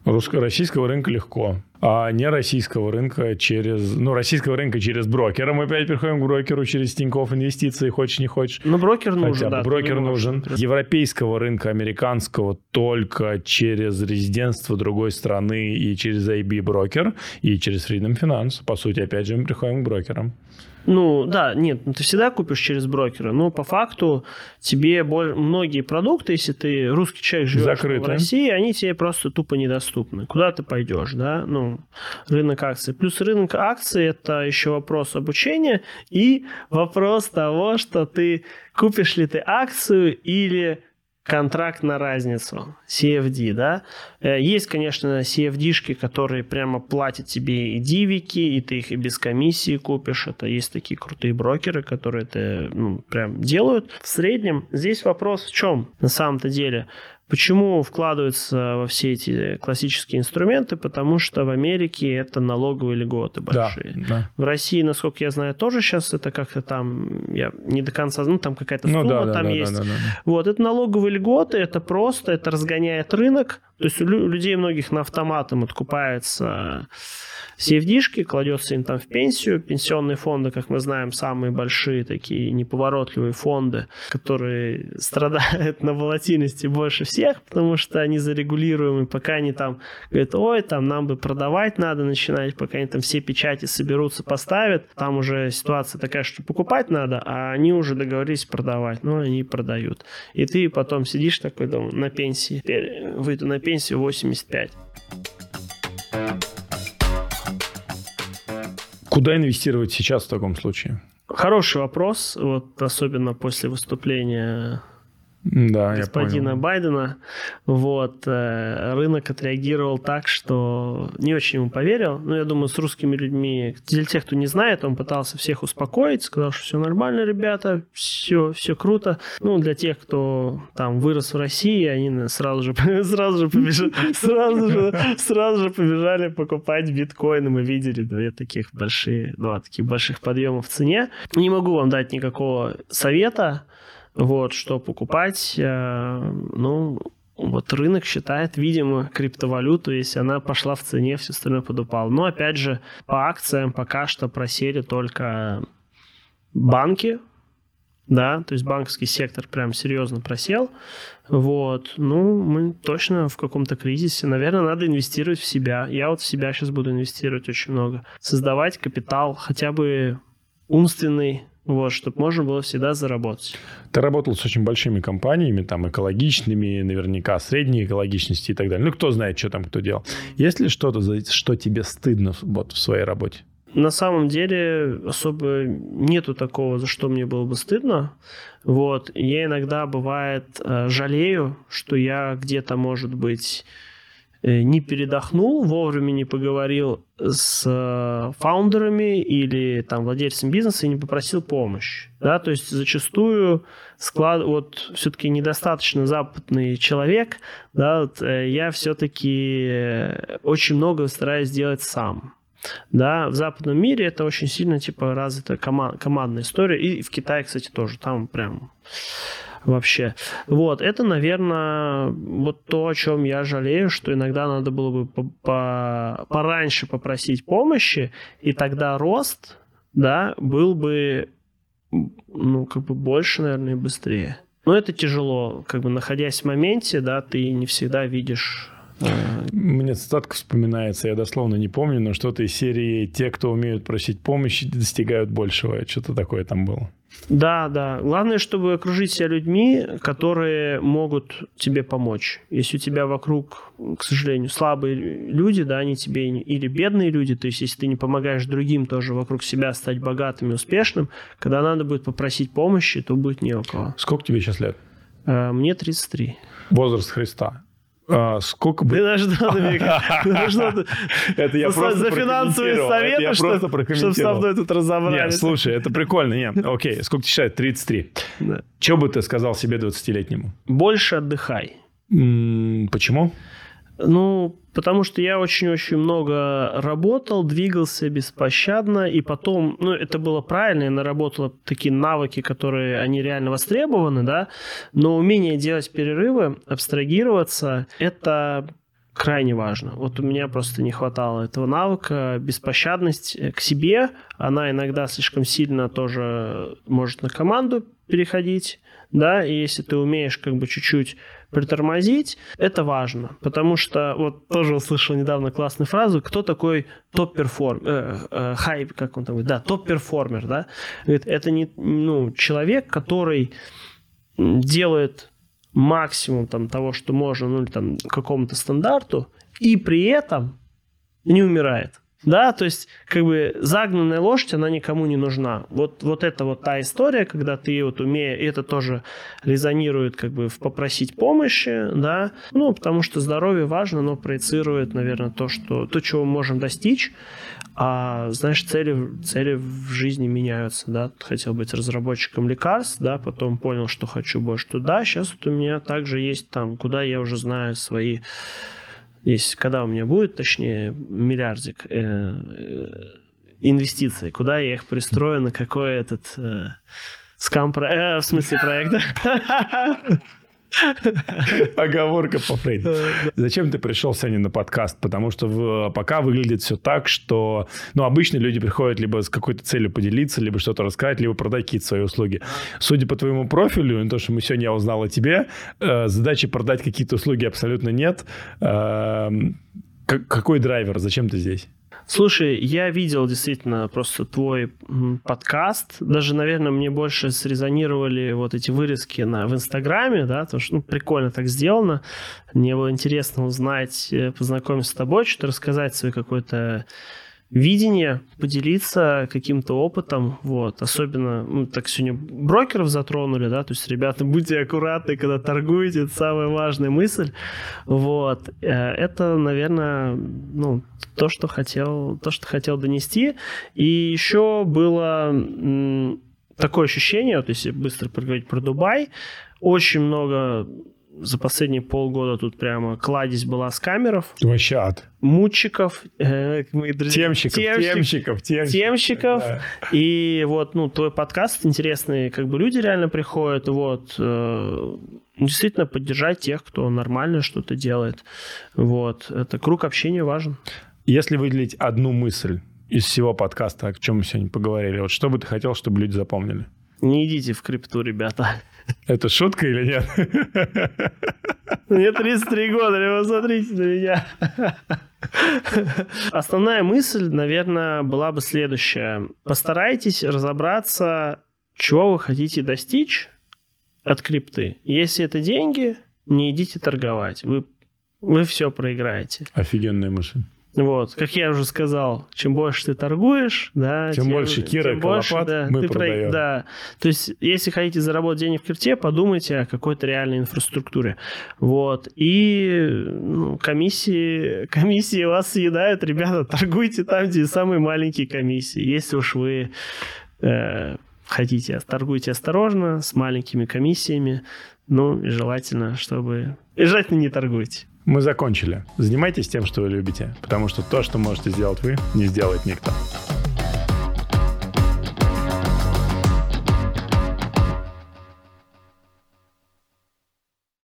A: Российского рынка легко. А не российского рынка через... российского рынка через брокера. Мы опять переходим к брокеру через Тинькофф Инвестиции, хочешь не хочешь.
B: Брокер нужен, да.
A: Брокер нужен. Европейского рынка, американского только через резидентство другой страны и через IB брокер, и через Freedom Finance. По сути, опять же, мы приходим к брокерам.
B: Ты всегда купишь через брокера, но по факту тебе многие продукты, если ты русский человек, живешь в России, они тебе просто тупо недоступны. Куда ты пойдешь, да? Рынок акций. Плюс рынок акций – это еще вопрос обучения и вопрос того, что купишь ли ты акцию или контракт на разницу, CFD, да. Есть, конечно, CFD-шки, которые прямо платят тебе и дивики, и ты их и без комиссии купишь. Это есть такие крутые брокеры, которые это прям делают. В среднем здесь вопрос в чем на самом-то деле? Почему вкладываются во все эти классические инструменты? Потому что в Америке это налоговые льготы большие. Да. В России, насколько я знаю, тоже сейчас это как-то там, я не до конца знаю, там какая-то сумма есть. Да. Вот, это налоговые льготы, это разгоняет рынок. То есть у людей многих на автоматом откупается CFD-шки, кладется им там в пенсию. Пенсионные фонды, как мы знаем, самые большие такие неповоротливые фонды, которые страдают на волатильности больше всех, потому что они зарегулируемы, пока они там говорят, нам бы продавать надо начинать, пока они там все печати соберутся, поставят, там уже ситуация такая, что покупать надо, а они уже договорились продавать, они продают. И ты потом сидишь такой, на пенсии, выйду на пенсию 85.
A: Куда инвестировать сейчас в таком случае?
B: Хороший вопрос, особенно после выступления господина Байдена. Рынок отреагировал так, что не очень ему поверил. Но я думаю, с русскими людьми, для тех, кто не знает, он пытался всех успокоить, сказал, что все нормально, ребята, все круто. Для тех, кто там вырос в России, они сразу же побежали покупать биткоины. Мы видели два таких больших подъема в цене. Не могу вам дать никакого совета, что покупать. Рынок считает, видимо, криптовалюту, если она пошла в цене, все остальное подупало. Но, опять же, по акциям пока что просели только банки, да, то есть банковский сектор прям серьезно просел. Мы точно в каком-то кризисе. Наверное, надо инвестировать в себя. Я в себя сейчас буду инвестировать очень много. Создавать капитал, хотя бы умственный, чтобы можно было всегда заработать.
A: Ты работал с очень большими компаниями, там, экологичными, наверняка средней экологичности и так далее. Кто знает, что там кто делал. Есть ли что-то, что тебе стыдно в своей работе?
B: На самом деле особо нету такого, за что мне было бы стыдно. Я иногда, бывает, жалею, что я где-то, может быть, не передохнул, вовремя не поговорил с фаундерами или владельцем бизнеса и не попросил помощи. Да? То есть зачастую все-таки недостаточно западный человек, да, я все-таки очень много стараюсь делать сам. Да, в западном мире это очень сильно развитая командная история. И в Китае, кстати, тоже. Там прям вообще. Это, наверное, то, о чем я жалею, что иногда надо было бы пораньше попросить помощи, и тогда рост, да, был бы, больше, наверное, и быстрее. Но это тяжело. Находясь в моменте, да, ты не всегда видишь.
A: Мне цитатка вспоминается, я дословно не помню, но что-то из серии «Те, кто умеют просить помощи, достигают большего». Что-то такое там было.
B: Да. Главное, чтобы окружить себя людьми, которые могут тебе помочь. Если у тебя вокруг, к сожалению, слабые люди, да, они тебе или бедные люди, то есть если ты не помогаешь другим тоже вокруг себя стать богатым и успешным, когда надо будет попросить помощи, то будет не у кого.
A: Сколько тебе сейчас лет?
B: Мне 33.
A: Возраст Христа. Сколько бы...
B: Ты наждал
A: Это я просто
B: за финансовые советы, чтобы со мной тут разобрались.
A: Нет, слушай, это прикольно. Окей, сколько тебе сейчас? 33.
B: Да.
A: Что бы ты сказал себе 20-летнему?
B: Больше отдыхай.
A: Почему?
B: Потому что я очень-очень много работал, двигался беспощадно, и потом, это было правильно, я наработал такие навыки, которые, они реально востребованы, да, но умение делать перерывы, абстрагироваться, это крайне важно. Вот у меня просто не хватало этого навыка. Беспощадность к себе, она иногда слишком сильно тоже может на команду переходить, да, и если ты умеешь как бы чуть-чуть притормозить, это важно, потому что вот тоже услышал недавно классную фразу, кто такой топ-перформер, хайп, как он там говорит, да, топ-перформер, да, говорит, это не, человек, который делает максимум там того, что можно, там, какому-то стандарту, и при этом не умирает. Да, то есть, как бы, загнанная лошадь, она никому не нужна. Вот это вот та история, когда ты вот умеешь, и это тоже резонирует, как бы, в попросить помощи, да, потому что здоровье важно, но проецирует, наверное, то, чего мы можем достичь, а, знаешь, цели в жизни меняются, да, хотел быть разработчиком лекарств, да, потом понял, что хочу больше туда, сейчас вот у меня также есть там, куда я уже знаю свои... Есть, когда у меня будет, точнее, миллиардик инвестиций, куда я их пристрою, на какой этот проект.
A: Оговорка по Фрейду. Зачем ты пришел, Саня, на подкаст? Потому что пока выглядит все так, что... обычно люди приходят либо с какой-то целью поделиться, либо что-то рассказать, либо продать какие-то свои услуги. Судя по твоему профилю, и то, что мы сегодня узнал о тебе, задачи продать какие-то услуги абсолютно нет. Какой драйвер? Зачем ты здесь?
B: Слушай, я видел действительно просто твой подкаст. Даже, наверное, мне больше срезонировали вот эти вырезки в Инстаграме, да, потому что прикольно так сделано. Мне было интересно узнать, познакомиться с тобой, что-то рассказать свое какое-то видение, поделиться каким-то опытом, вот, особенно, так сегодня брокеров затронули, да, то есть, ребята, будьте аккуратны, когда торгуете, это самая важная мысль, вот, это, наверное, то, что хотел донести, и еще было такое ощущение, вот, если быстро поговорить про Дубай, очень много за последние полгода тут прямо кладезь была с камеров.
A: Вообще ад.
B: Мутчиков.
A: Темщиков.
B: Да. И вот, твой подкаст, интересные как бы люди реально приходят. Вот, действительно поддержать тех, кто нормально что-то делает. Вот. Это круг общения важен.
A: Если выделить одну мысль из всего подкаста, о чем мы сегодня поговорили, вот что бы ты хотел, чтобы люди запомнили?
B: Не идите в крипту, ребята.
A: Это шутка или нет?
B: Мне 33 года, посмотрите на меня. Основная мысль, наверное, была бы следующая. Постарайтесь разобраться, чего вы хотите достичь от крипты. Если это деньги, не идите торговать. Вы все проиграете.
A: Офигенная мысль.
B: Вот, как я уже сказал, чем больше ты торгуешь, да,
A: тем больше кирок и лопат мы продаем.
B: Да. То есть, если хотите заработать денег в крипте, подумайте о какой-то реальной инфраструктуре. Вот. И комиссии вас съедают, ребята, торгуйте там, где самые маленькие комиссии. Если уж вы хотите, торгуйте осторожно, с маленькими комиссиями. И желательно, не торгуйте.
A: Мы закончили. Занимайтесь тем, что вы любите, потому что то, что можете сделать вы, не сделает никто.